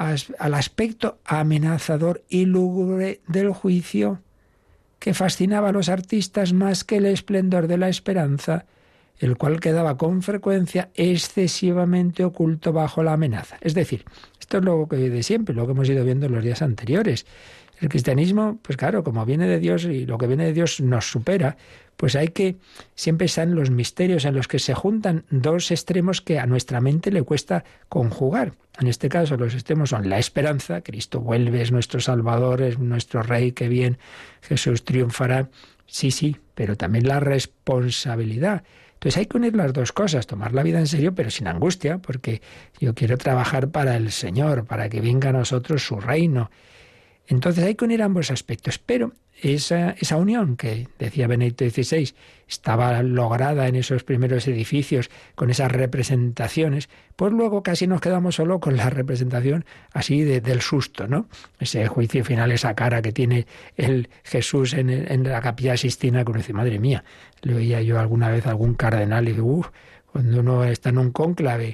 al aspecto amenazador y lúgubre del juicio, que fascinaba a los artistas más que el esplendor de la esperanza, el cual quedaba con frecuencia excesivamente oculto bajo la amenaza. Es decir, esto es lo que de siempre, lo que hemos ido viendo en los días anteriores. El cristianismo, pues claro, como viene de Dios y lo que viene de Dios nos supera, pues hay que, siempre están los misterios en los que se juntan dos extremos que a nuestra mente le cuesta conjugar. En este caso los extremos son la esperanza, Cristo vuelve, es nuestro Salvador, es nuestro Rey, qué bien, Jesús triunfará. Sí, sí, pero también la responsabilidad. Entonces hay que unir las dos cosas, tomar la vida en serio, pero sin angustia, porque yo quiero trabajar para el Señor, para que venga a nosotros su reino. Entonces hay que unir ambos aspectos, pero esa, esa unión que decía Benedicto dieciséis estaba lograda en esos primeros edificios con esas representaciones, pues luego casi nos quedamos solo con la representación así de, del susto, ¿no? Ese juicio final, esa cara que tiene el Jesús en, el, en la Capilla Sixtina, que uno dice, madre mía, le oía yo alguna vez a algún cardenal y digo, uff, cuando uno está en un cónclave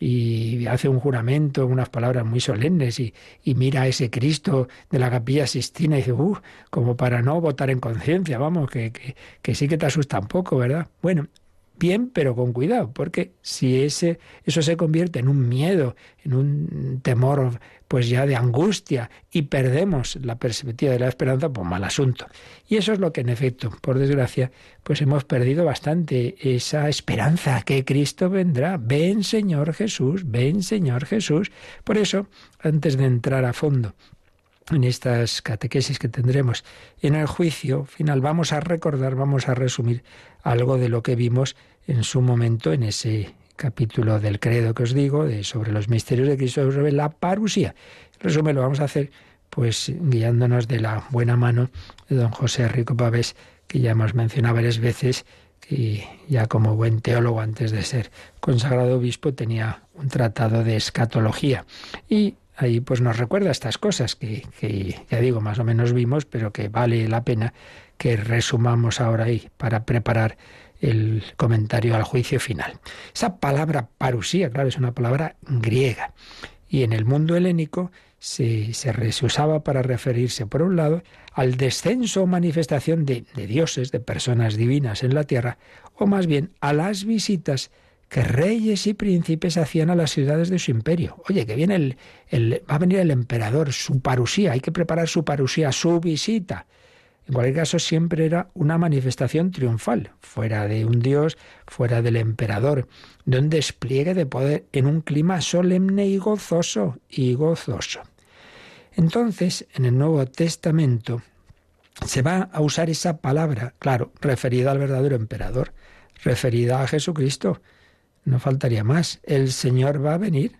y hace un juramento, unas palabras muy solemnes y, y mira a ese Cristo de la Capilla Sixtina y dice, uff, como para no votar en conciencia, vamos, que, que, que sí que te asusta un poco, ¿verdad? Bueno, bien, pero con cuidado, porque si ese, eso se convierte en un miedo, en un temor, pues ya de angustia, y perdemos la perspectiva de la esperanza, pues mal asunto. Y eso es lo que en efecto, por desgracia, pues hemos perdido bastante, esa esperanza que Cristo vendrá. Ven, Señor Jesús, ven, Señor Jesús. Por eso, antes de entrar a fondo en estas catequesis que tendremos en el juicio final, vamos a recordar, vamos a resumir algo de lo que vimos en su momento en ese capítulo del credo que os digo, de sobre los misterios de Cristo, sobre la parusía. El resumen lo vamos a hacer pues guiándonos de la buena mano de don José Rico Pavés, que ya hemos mencionado varias veces, que ya como buen teólogo antes de ser consagrado obispo tenía un tratado de escatología. Y ahí pues nos recuerda estas cosas que, que ya digo, más o menos vimos, pero que vale la pena que resumamos ahora ahí para preparar el comentario al juicio final. Esa palabra parusía, claro, es una palabra griega y en el mundo helénico se, se, se usaba para referirse, por un lado, al descenso o manifestación de, de dioses, de personas divinas en la tierra, o más bien a las visitas que reyes y príncipes hacían a las ciudades de su imperio. Oye, que viene el, el, va a venir el emperador, su parusía, hay que preparar su parusía, su visita. En cualquier caso, siempre era una manifestación triunfal, fuera de un dios, fuera del emperador, de un despliegue de poder en un clima solemne y gozoso, y gozoso. Entonces, en el Nuevo Testamento se va a usar esa palabra, claro, referida al verdadero emperador, referida a Jesucristo. No faltaría más. El Señor va a venir,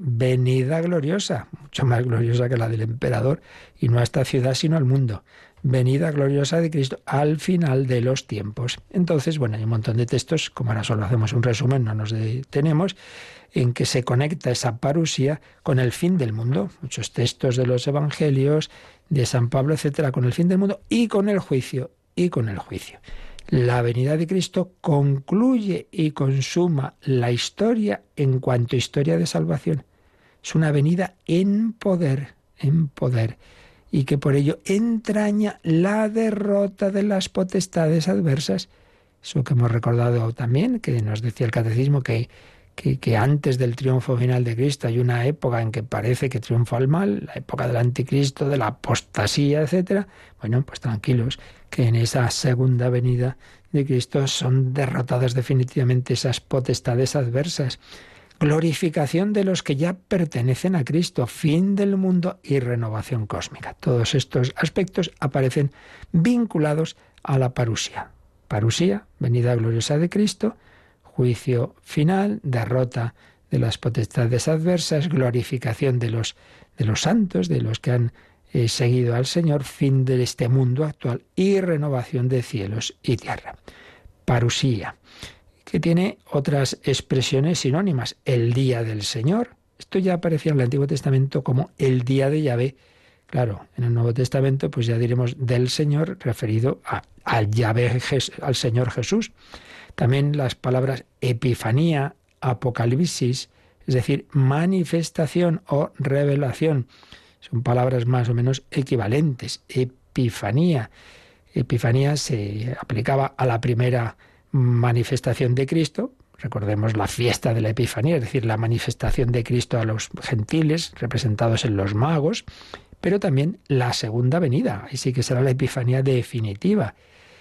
venida gloriosa, mucho más gloriosa que la del emperador, y no a esta ciudad, sino al mundo. Venida gloriosa de Cristo al final de los tiempos. Entonces, bueno, hay un montón de textos, como ahora solo hacemos un resumen, no nos detenemos, en que se conecta esa parusía con el fin del mundo. Muchos textos de los evangelios, de San Pablo, etcétera, con el fin del mundo y con el juicio, y con el juicio. La venida de Cristo concluye y consuma la historia en cuanto a historia de salvación. Es una venida en poder, en poder, y que por ello entraña la derrota de las potestades adversas. Eso que hemos recordado también, que nos decía el Catecismo, que, que, que antes del triunfo final de Cristo hay una época en que parece que triunfa el mal, la época del anticristo, de la apostasía, etcétera. Bueno, pues tranquilos, que en esa segunda venida de Cristo son derrotadas definitivamente esas potestades adversas. Glorificación de los que ya pertenecen a Cristo, fin del mundo y renovación cósmica. Todos estos aspectos aparecen vinculados a la parusía. Parusía, venida gloriosa de Cristo, juicio final, derrota de las potestades adversas, glorificación de los, de los santos, de los que han eh, seguido al Señor, fin de este mundo actual y renovación de cielos y tierra. Parusía, que tiene otras expresiones sinónimas. El día del Señor. Esto ya aparecía en el Antiguo Testamento como el día de Yahvé. Claro, en el Nuevo Testamento pues ya diremos del Señor referido a, al Yahvé, al Señor Jesús. También las palabras epifanía, apocalipsis, es decir, manifestación o revelación. Son palabras más o menos equivalentes. Epifanía. Epifanía se aplicaba a la primera manifestación de Cristo, recordemos la fiesta de la Epifanía, es decir, la manifestación de Cristo a los gentiles, representados en los magos, pero también la segunda venida, ahí sí que será la Epifanía definitiva.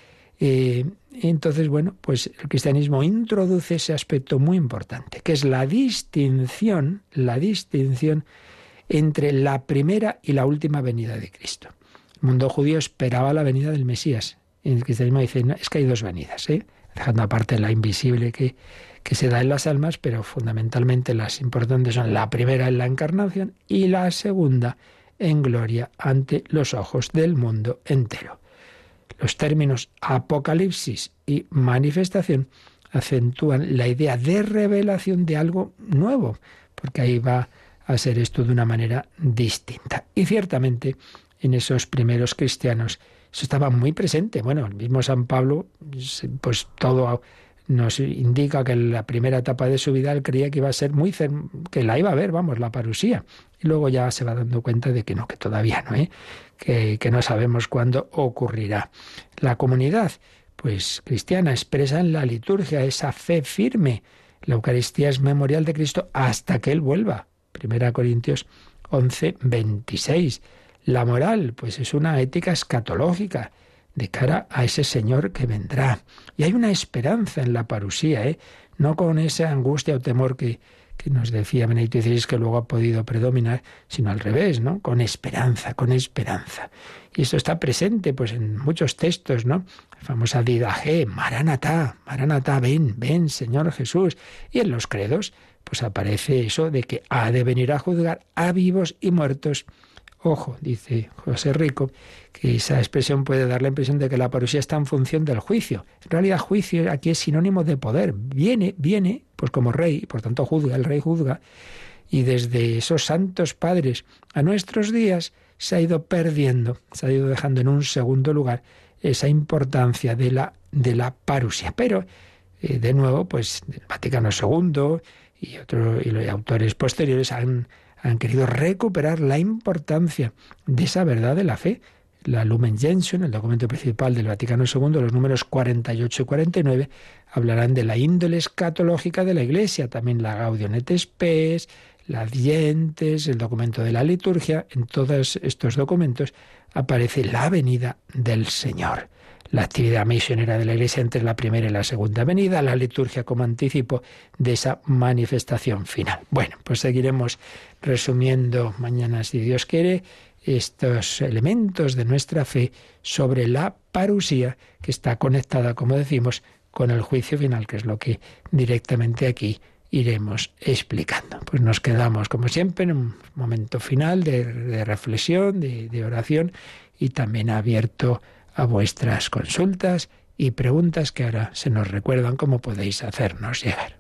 Eh, entonces, bueno, pues el cristianismo introduce ese aspecto muy importante, que es la distinción, la distinción entre la primera y la última venida de Cristo. El mundo judío esperaba la venida del Mesías, En el cristianismo dicen, no, es que hay dos venidas, ¿eh? Dejando aparte la invisible que, que se da en las almas, pero fundamentalmente las importantes son la primera en la encarnación y la segunda en gloria ante los ojos del mundo entero. Los términos apocalipsis y manifestación acentúan la idea de revelación de algo nuevo, porque ahí va a ser esto de una manera distinta. Y ciertamente en esos primeros cristianos eso estaba muy presente. Bueno, el mismo San Pablo, pues todo nos indica que en la primera etapa de su vida él creía que iba a ser muy cer- que la iba a ver, vamos, la parusía. Y luego ya se va dando cuenta de que no, que todavía no, ¿eh? que, que no sabemos cuándo ocurrirá. La comunidad, pues cristiana, expresa en la liturgia esa fe firme. La Eucaristía es memorial de Cristo hasta que Él vuelva. Primera Corintios once, veintiséis. La moral, pues es una ética escatológica de cara a ese Señor que vendrá. Y hay una esperanza en la parusía, ¿eh? No con esa angustia o temor que, que nos decía Benedicto dieciséis que luego ha podido predominar, sino al revés, ¿no? Con esperanza, con esperanza. Y esto está presente pues en muchos textos, ¿no? La famosa Didaje, Maranatá, Maranatá, ven, ven, Señor Jesús. Y en los credos, pues aparece eso de que ha de venir a juzgar a vivos y muertos. Ojo, dice José Rico, que esa expresión puede dar la impresión de que la parusía está en función del juicio. En realidad, juicio aquí es sinónimo de poder. Viene, viene, pues como rey, por tanto juzga, el rey juzga. Y desde esos santos padres a nuestros días se ha ido perdiendo, se ha ido dejando en un segundo lugar esa importancia de la, de la parusía. Pero, eh, de nuevo, pues el Vaticano segundo y, otro, y los autores posteriores han han querido recuperar la importancia de esa verdad de la fe. La Lumen Gentium, el documento principal del Vaticano segundo, los números cuarenta y ocho y cuarenta y nueve, hablarán de la índole escatológica de la Iglesia, también la Gaudium et Spes, la Dientes, el documento de la liturgia. En todos estos documentos aparece la venida del Señor. La actividad misionera de la Iglesia entre la primera y la segunda venida, la liturgia como anticipo de esa manifestación final. Bueno, pues seguiremos resumiendo mañana, si Dios quiere, estos elementos de nuestra fe sobre la parusía, que está conectada, como decimos, con el juicio final, que es lo que directamente aquí iremos explicando. Pues nos quedamos, como siempre, en un momento final de, de reflexión, de, de oración, y también abierto a vuestras consultas y preguntas que ahora se nos recuerdan cómo podéis hacernos llegar.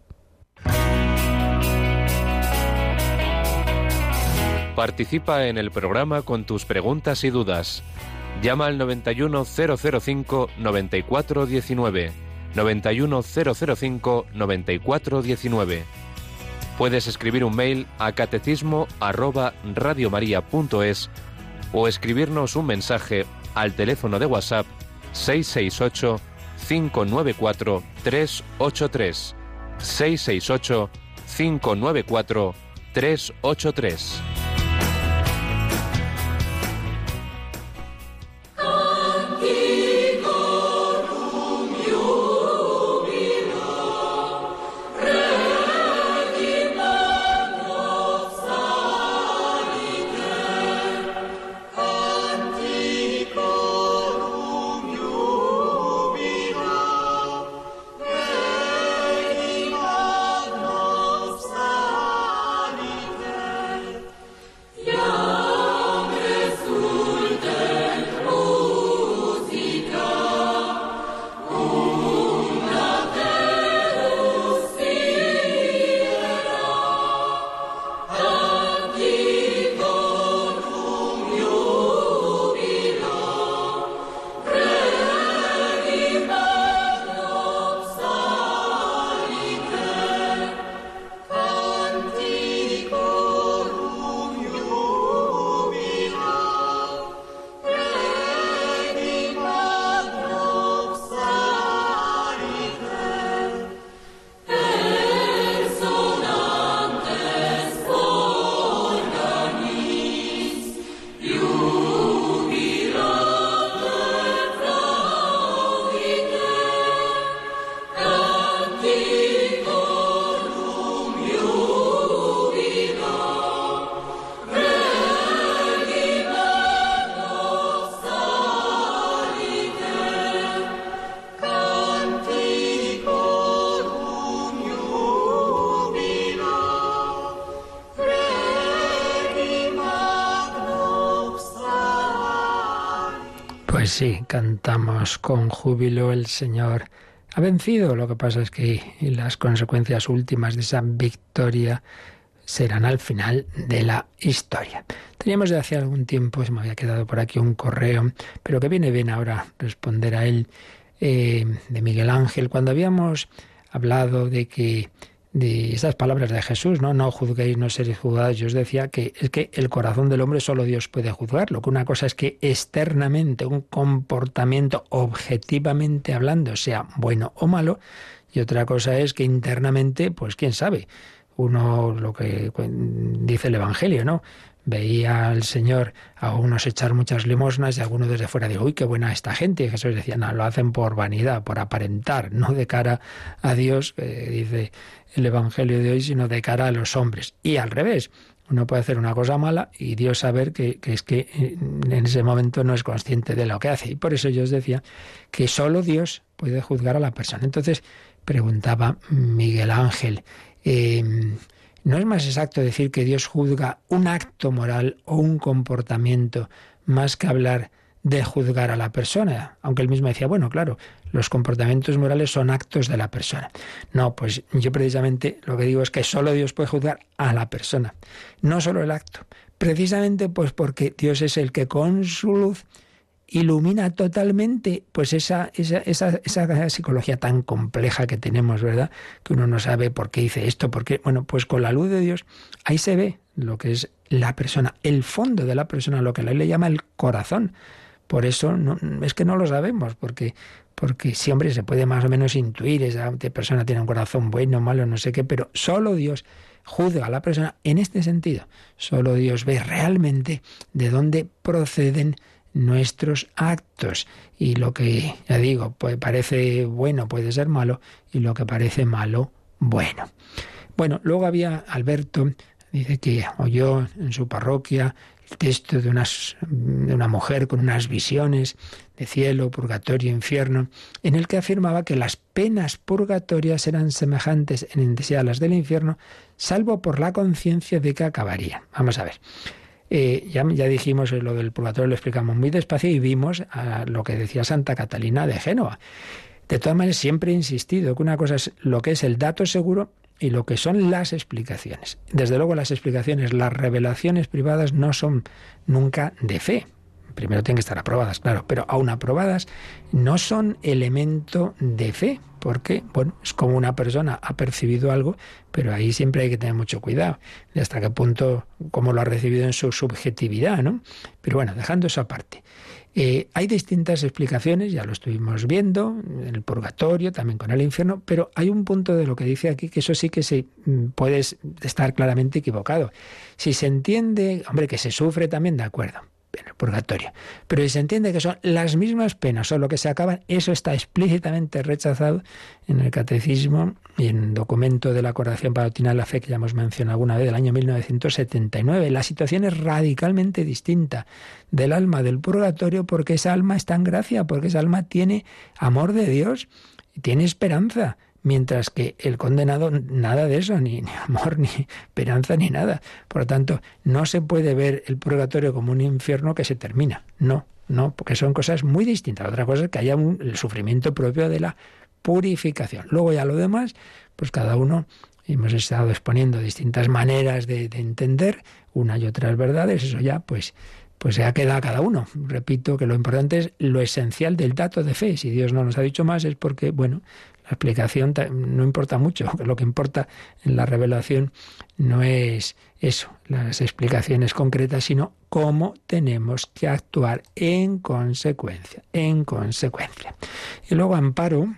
Participa en el programa con tus preguntas y dudas. Llama al noventa y uno cero cero cinco noventa y cuatro diecinueve, noventa y uno cero cero cinco noventa y cuatro diecinueve. Puedes escribir un mail a catecismo arroba radiomaria.es o escribirnos un mensaje al teléfono de WhatsApp seis seis ocho cinco nueve cuatro tres ocho tres, seis seis ocho cinco nueve cuatro tres ocho tres. Pues sí, cantamos con júbilo, el Señor ha vencido. Lo que pasa es que las consecuencias últimas de esa victoria serán al final de la historia. Teníamos de hace algún tiempo, se me había quedado por aquí un correo, pero que viene bien ahora responder a él, eh, de Miguel Ángel, cuando habíamos hablado de que de esas palabras de Jesús, ¿no? No juzguéis, no seréis juzgados. Yo os decía que es que el corazón del hombre solo Dios puede juzgarlo, que una cosa es que externamente un comportamiento objetivamente hablando sea bueno o malo, y otra cosa es que internamente, pues quién sabe. Uno, lo que dice el Evangelio, ¿no? Veía al Señor a unos echar muchas limosnas y algunos desde fuera dijo, uy, qué buena esta gente. Y Jesús decía, no, lo hacen por vanidad, por aparentar, no de cara a Dios, eh, dice el Evangelio de hoy, sino de cara a los hombres. Y al revés, uno puede hacer una cosa mala y Dios saber que, que es que en ese momento no es consciente de lo que hace. Y por eso yo os decía que solo Dios puede juzgar a la persona. Entonces preguntaba Miguel Ángel, eh, ¿no es más exacto decir que Dios juzga un acto moral o un comportamiento más que hablar de juzgar a la persona? Aunque él mismo decía, bueno, claro, los comportamientos morales son actos de la persona. No, pues yo precisamente lo que digo es que solo Dios puede juzgar a la persona, no solo el acto. Precisamente pues porque Dios es el que con su luz ilumina totalmente pues esa, esa, esa, esa psicología tan compleja que tenemos, ¿verdad? Que uno no sabe por qué dice esto, por qué. Bueno, pues con la luz de Dios, ahí se ve lo que es la persona, el fondo de la persona, lo que la ley le llama el corazón. Por eso no, es que no lo sabemos, porque, porque sí, hombre, se puede más o menos intuir, esa persona tiene un corazón bueno, malo, no sé qué, pero solo Dios juzga a la persona en este sentido. Solo Dios ve realmente de dónde proceden nuestros actos, y lo que, ya digo, pues parece bueno puede ser malo, y lo que parece malo, bueno. Bueno, luego había Alberto, dice que oyó en su parroquia el texto de, unas, de una mujer con unas visiones de cielo, purgatorio, infierno, en el que afirmaba que las penas purgatorias eran semejantes en sí a las del infierno, salvo por la conciencia de que acabarían. Vamos a ver. Eh, ya, ya dijimos lo del purgatorio, lo explicamos muy despacio y vimos a lo que decía Santa Catalina de Génova. De todas maneras, siempre he insistido que una cosa es lo que es el dato seguro y lo que son las explicaciones. Desde luego las explicaciones, las revelaciones privadas no son nunca de fe. Primero tienen que estar aprobadas, claro, pero aún aprobadas no son elemento de fe, porque, bueno, es como una persona ha percibido algo, pero ahí siempre hay que tener mucho cuidado de hasta qué punto, cómo lo ha recibido en su subjetividad, ¿no? Pero bueno, dejando eso aparte. Eh, hay distintas explicaciones, ya lo estuvimos viendo, en el purgatorio, también con el infierno, pero hay un punto de lo que dice aquí que eso sí que se puede estar claramente equivocado. Si se entiende, hombre, que se sufre también, de acuerdo, en el purgatorio. Pero si se entiende que son las mismas penas, solo que se acaban, eso está explícitamente rechazado en el Catecismo y en el documento de la Corrección para la Doctrina de la Fe que ya hemos mencionado alguna vez, del año mil novecientos setenta y nueve. La situación es radicalmente distinta del alma del purgatorio, porque esa alma está en gracia, porque esa alma tiene amor de Dios, tiene esperanza. Mientras que el condenado, nada de eso, ni, ni amor, ni esperanza, ni nada. Por lo tanto, no se puede ver el purgatorio como un infierno que se termina. No, no, porque son cosas muy distintas. Otra cosa es que haya un, el sufrimiento propio de la purificación. Luego ya lo demás, pues cada uno, hemos estado exponiendo distintas maneras de, de entender una y otras verdades, eso ya pues... pues ya queda a cada uno. Repito que lo importante es lo esencial del dato de fe. Si Dios no nos ha dicho más es porque, bueno, la explicación no importa mucho. Lo que importa en la revelación no es eso, las explicaciones concretas, sino cómo tenemos que actuar en consecuencia, en consecuencia. Y luego Amparo,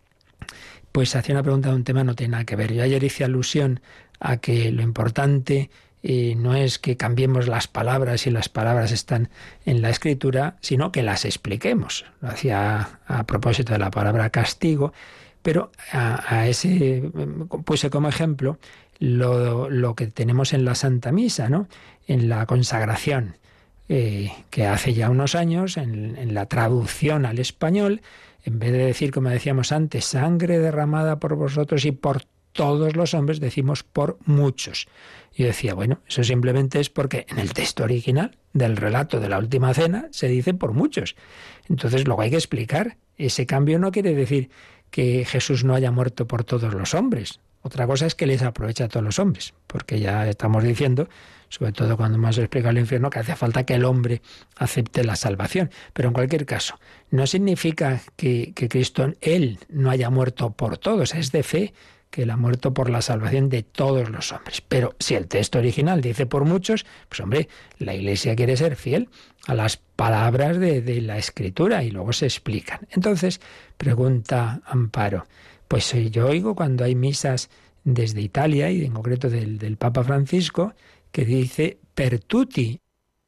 pues hacía una pregunta de un tema que no tiene nada que ver. Yo ayer hice alusión a que lo importante eh, no es que cambiemos las palabras y las palabras están en la Escritura, sino que las expliquemos. Lo hacía a propósito de la palabra castigo, pero a, a ese puse como ejemplo lo, lo que tenemos en la Santa Misa, ¿no? En la consagración, eh, que hace ya unos años, en, en la traducción al español, en vez de decir, como decíamos antes, sangre derramada por vosotros y por todos los hombres decimos por muchos. Y yo decía, bueno, eso simplemente es porque en el texto original del relato de la última cena se dice por muchos. Entonces luego hay que explicar. Ese cambio no quiere decir que Jesús no haya muerto por todos los hombres. Otra cosa es que les aprovecha a todos los hombres, porque ya estamos diciendo, sobre todo cuando hemos explicado el infierno, que hace falta que el hombre acepte la salvación. Pero en cualquier caso, no significa que, que Cristo, Él, no haya muerto por todos. Es de fe que Él ha muerto por la salvación de todos los hombres. Pero si el texto original dice por muchos, pues hombre, la Iglesia quiere ser fiel a las palabras de, de la Escritura y luego se explican. Entonces, pregunta Amparo, pues yo oigo cuando hay misas desde Italia y en concreto del, del Papa Francisco que dice per tutti,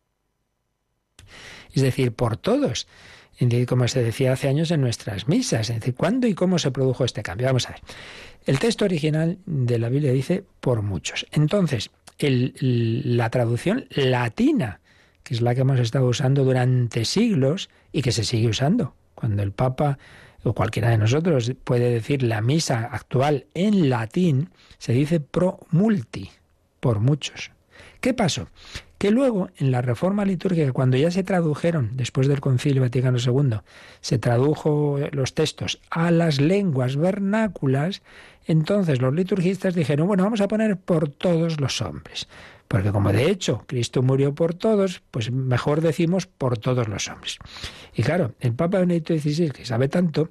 es decir, por todos, como se decía hace años en nuestras misas. Es decir, ¿cuándo y cómo se produjo este cambio? Vamos a ver. El texto original de la Biblia dice por muchos. Entonces, el, la traducción latina, que es la que hemos estado usando durante siglos y que se sigue usando, cuando el Papa o cualquiera de nosotros puede decir la misa actual en latín, se dice pro multi, por muchos. ¿Qué pasó? Que luego, en la reforma litúrgica, cuando ya se tradujeron, después del Concilio Vaticano segundo, se tradujo los textos a las lenguas vernáculas, entonces los liturgistas dijeron, bueno, vamos a poner por todos los hombres. Porque como de hecho Cristo murió por todos, pues mejor decimos por todos los hombres. Y claro, el Papa Benedicto dieciséis, que sabe tanto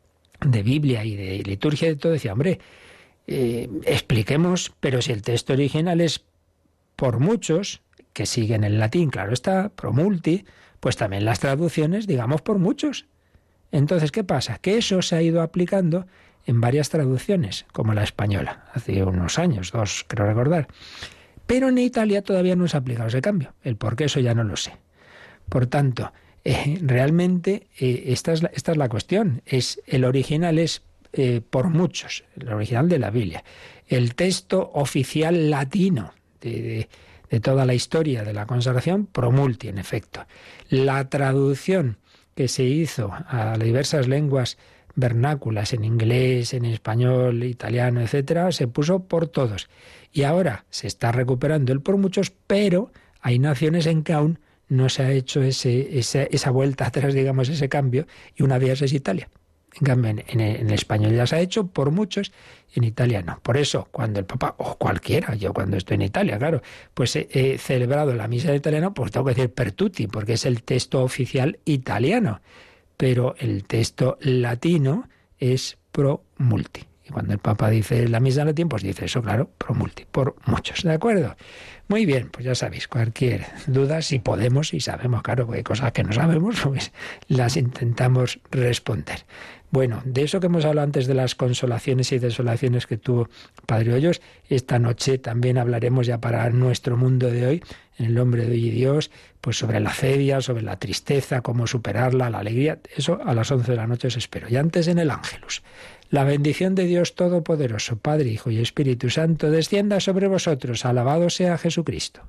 de Biblia y de liturgia y de todo, decía, hombre, eh, expliquemos, pero si el texto original es por muchos, que siguen el latín, claro está, pro multi, pues también las traducciones, digamos, por muchos. Entonces, ¿qué pasa? Que eso se ha ido aplicando en varias traducciones, como la española, hace unos años, dos, creo recordar. Pero en Italia todavía no se ha aplicado ese cambio. El por qué, eso ya no lo sé. Por tanto, eh, realmente eh, esta, es la, esta es la cuestión. Es, el original es eh, por muchos, el original de la Biblia. El texto oficial latino de, de, de toda la historia de la consagración, pro multi, en efecto. La traducción que se hizo a diversas lenguas vernáculas, en inglés, en español, italiano, etcétera, se puso por todos. Y ahora se está recuperando el por muchos, pero hay naciones en que aún no se ha hecho ese, esa, esa vuelta atrás, digamos, ese cambio, y una de ellas es Italia. En cambio, en, en, en español ya se ha hecho por muchos, y en Italia no. Por eso, cuando el Papa, o cualquiera, yo cuando estoy en Italia, claro, pues he, he celebrado la misa de italiano, pues tengo que decir per tutti, porque es el texto oficial italiano. Pero el texto latino es pro multi. Y cuando el Papa dice la misa en latín, pues dice eso, claro, pro multi, por muchos, ¿de acuerdo? Muy bien, pues ya sabéis, cualquier duda, si podemos y sabemos, claro, porque hay cosas que no sabemos, pues las intentamos responder. Bueno, de eso que hemos hablado antes de las consolaciones y desolaciones que tuvo Padre Hoyos, esta noche también hablaremos ya para nuestro mundo de hoy, en El hombre de hoy y Dios, pues sobre la acedia, sobre la tristeza, cómo superarla, la alegría, eso a las once de la noche os espero. Y antes en el Ángelus. La bendición de Dios Todopoderoso, Padre, Hijo y Espíritu Santo, descienda sobre vosotros. Alabado sea Jesucristo.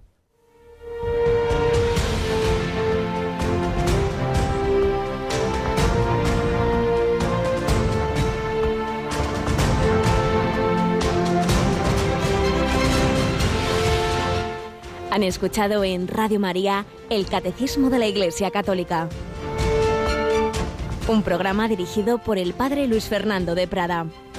Han escuchado en Radio María el Catecismo de la Iglesia Católica, un programa dirigido por el Padre Luis Fernando de Prada.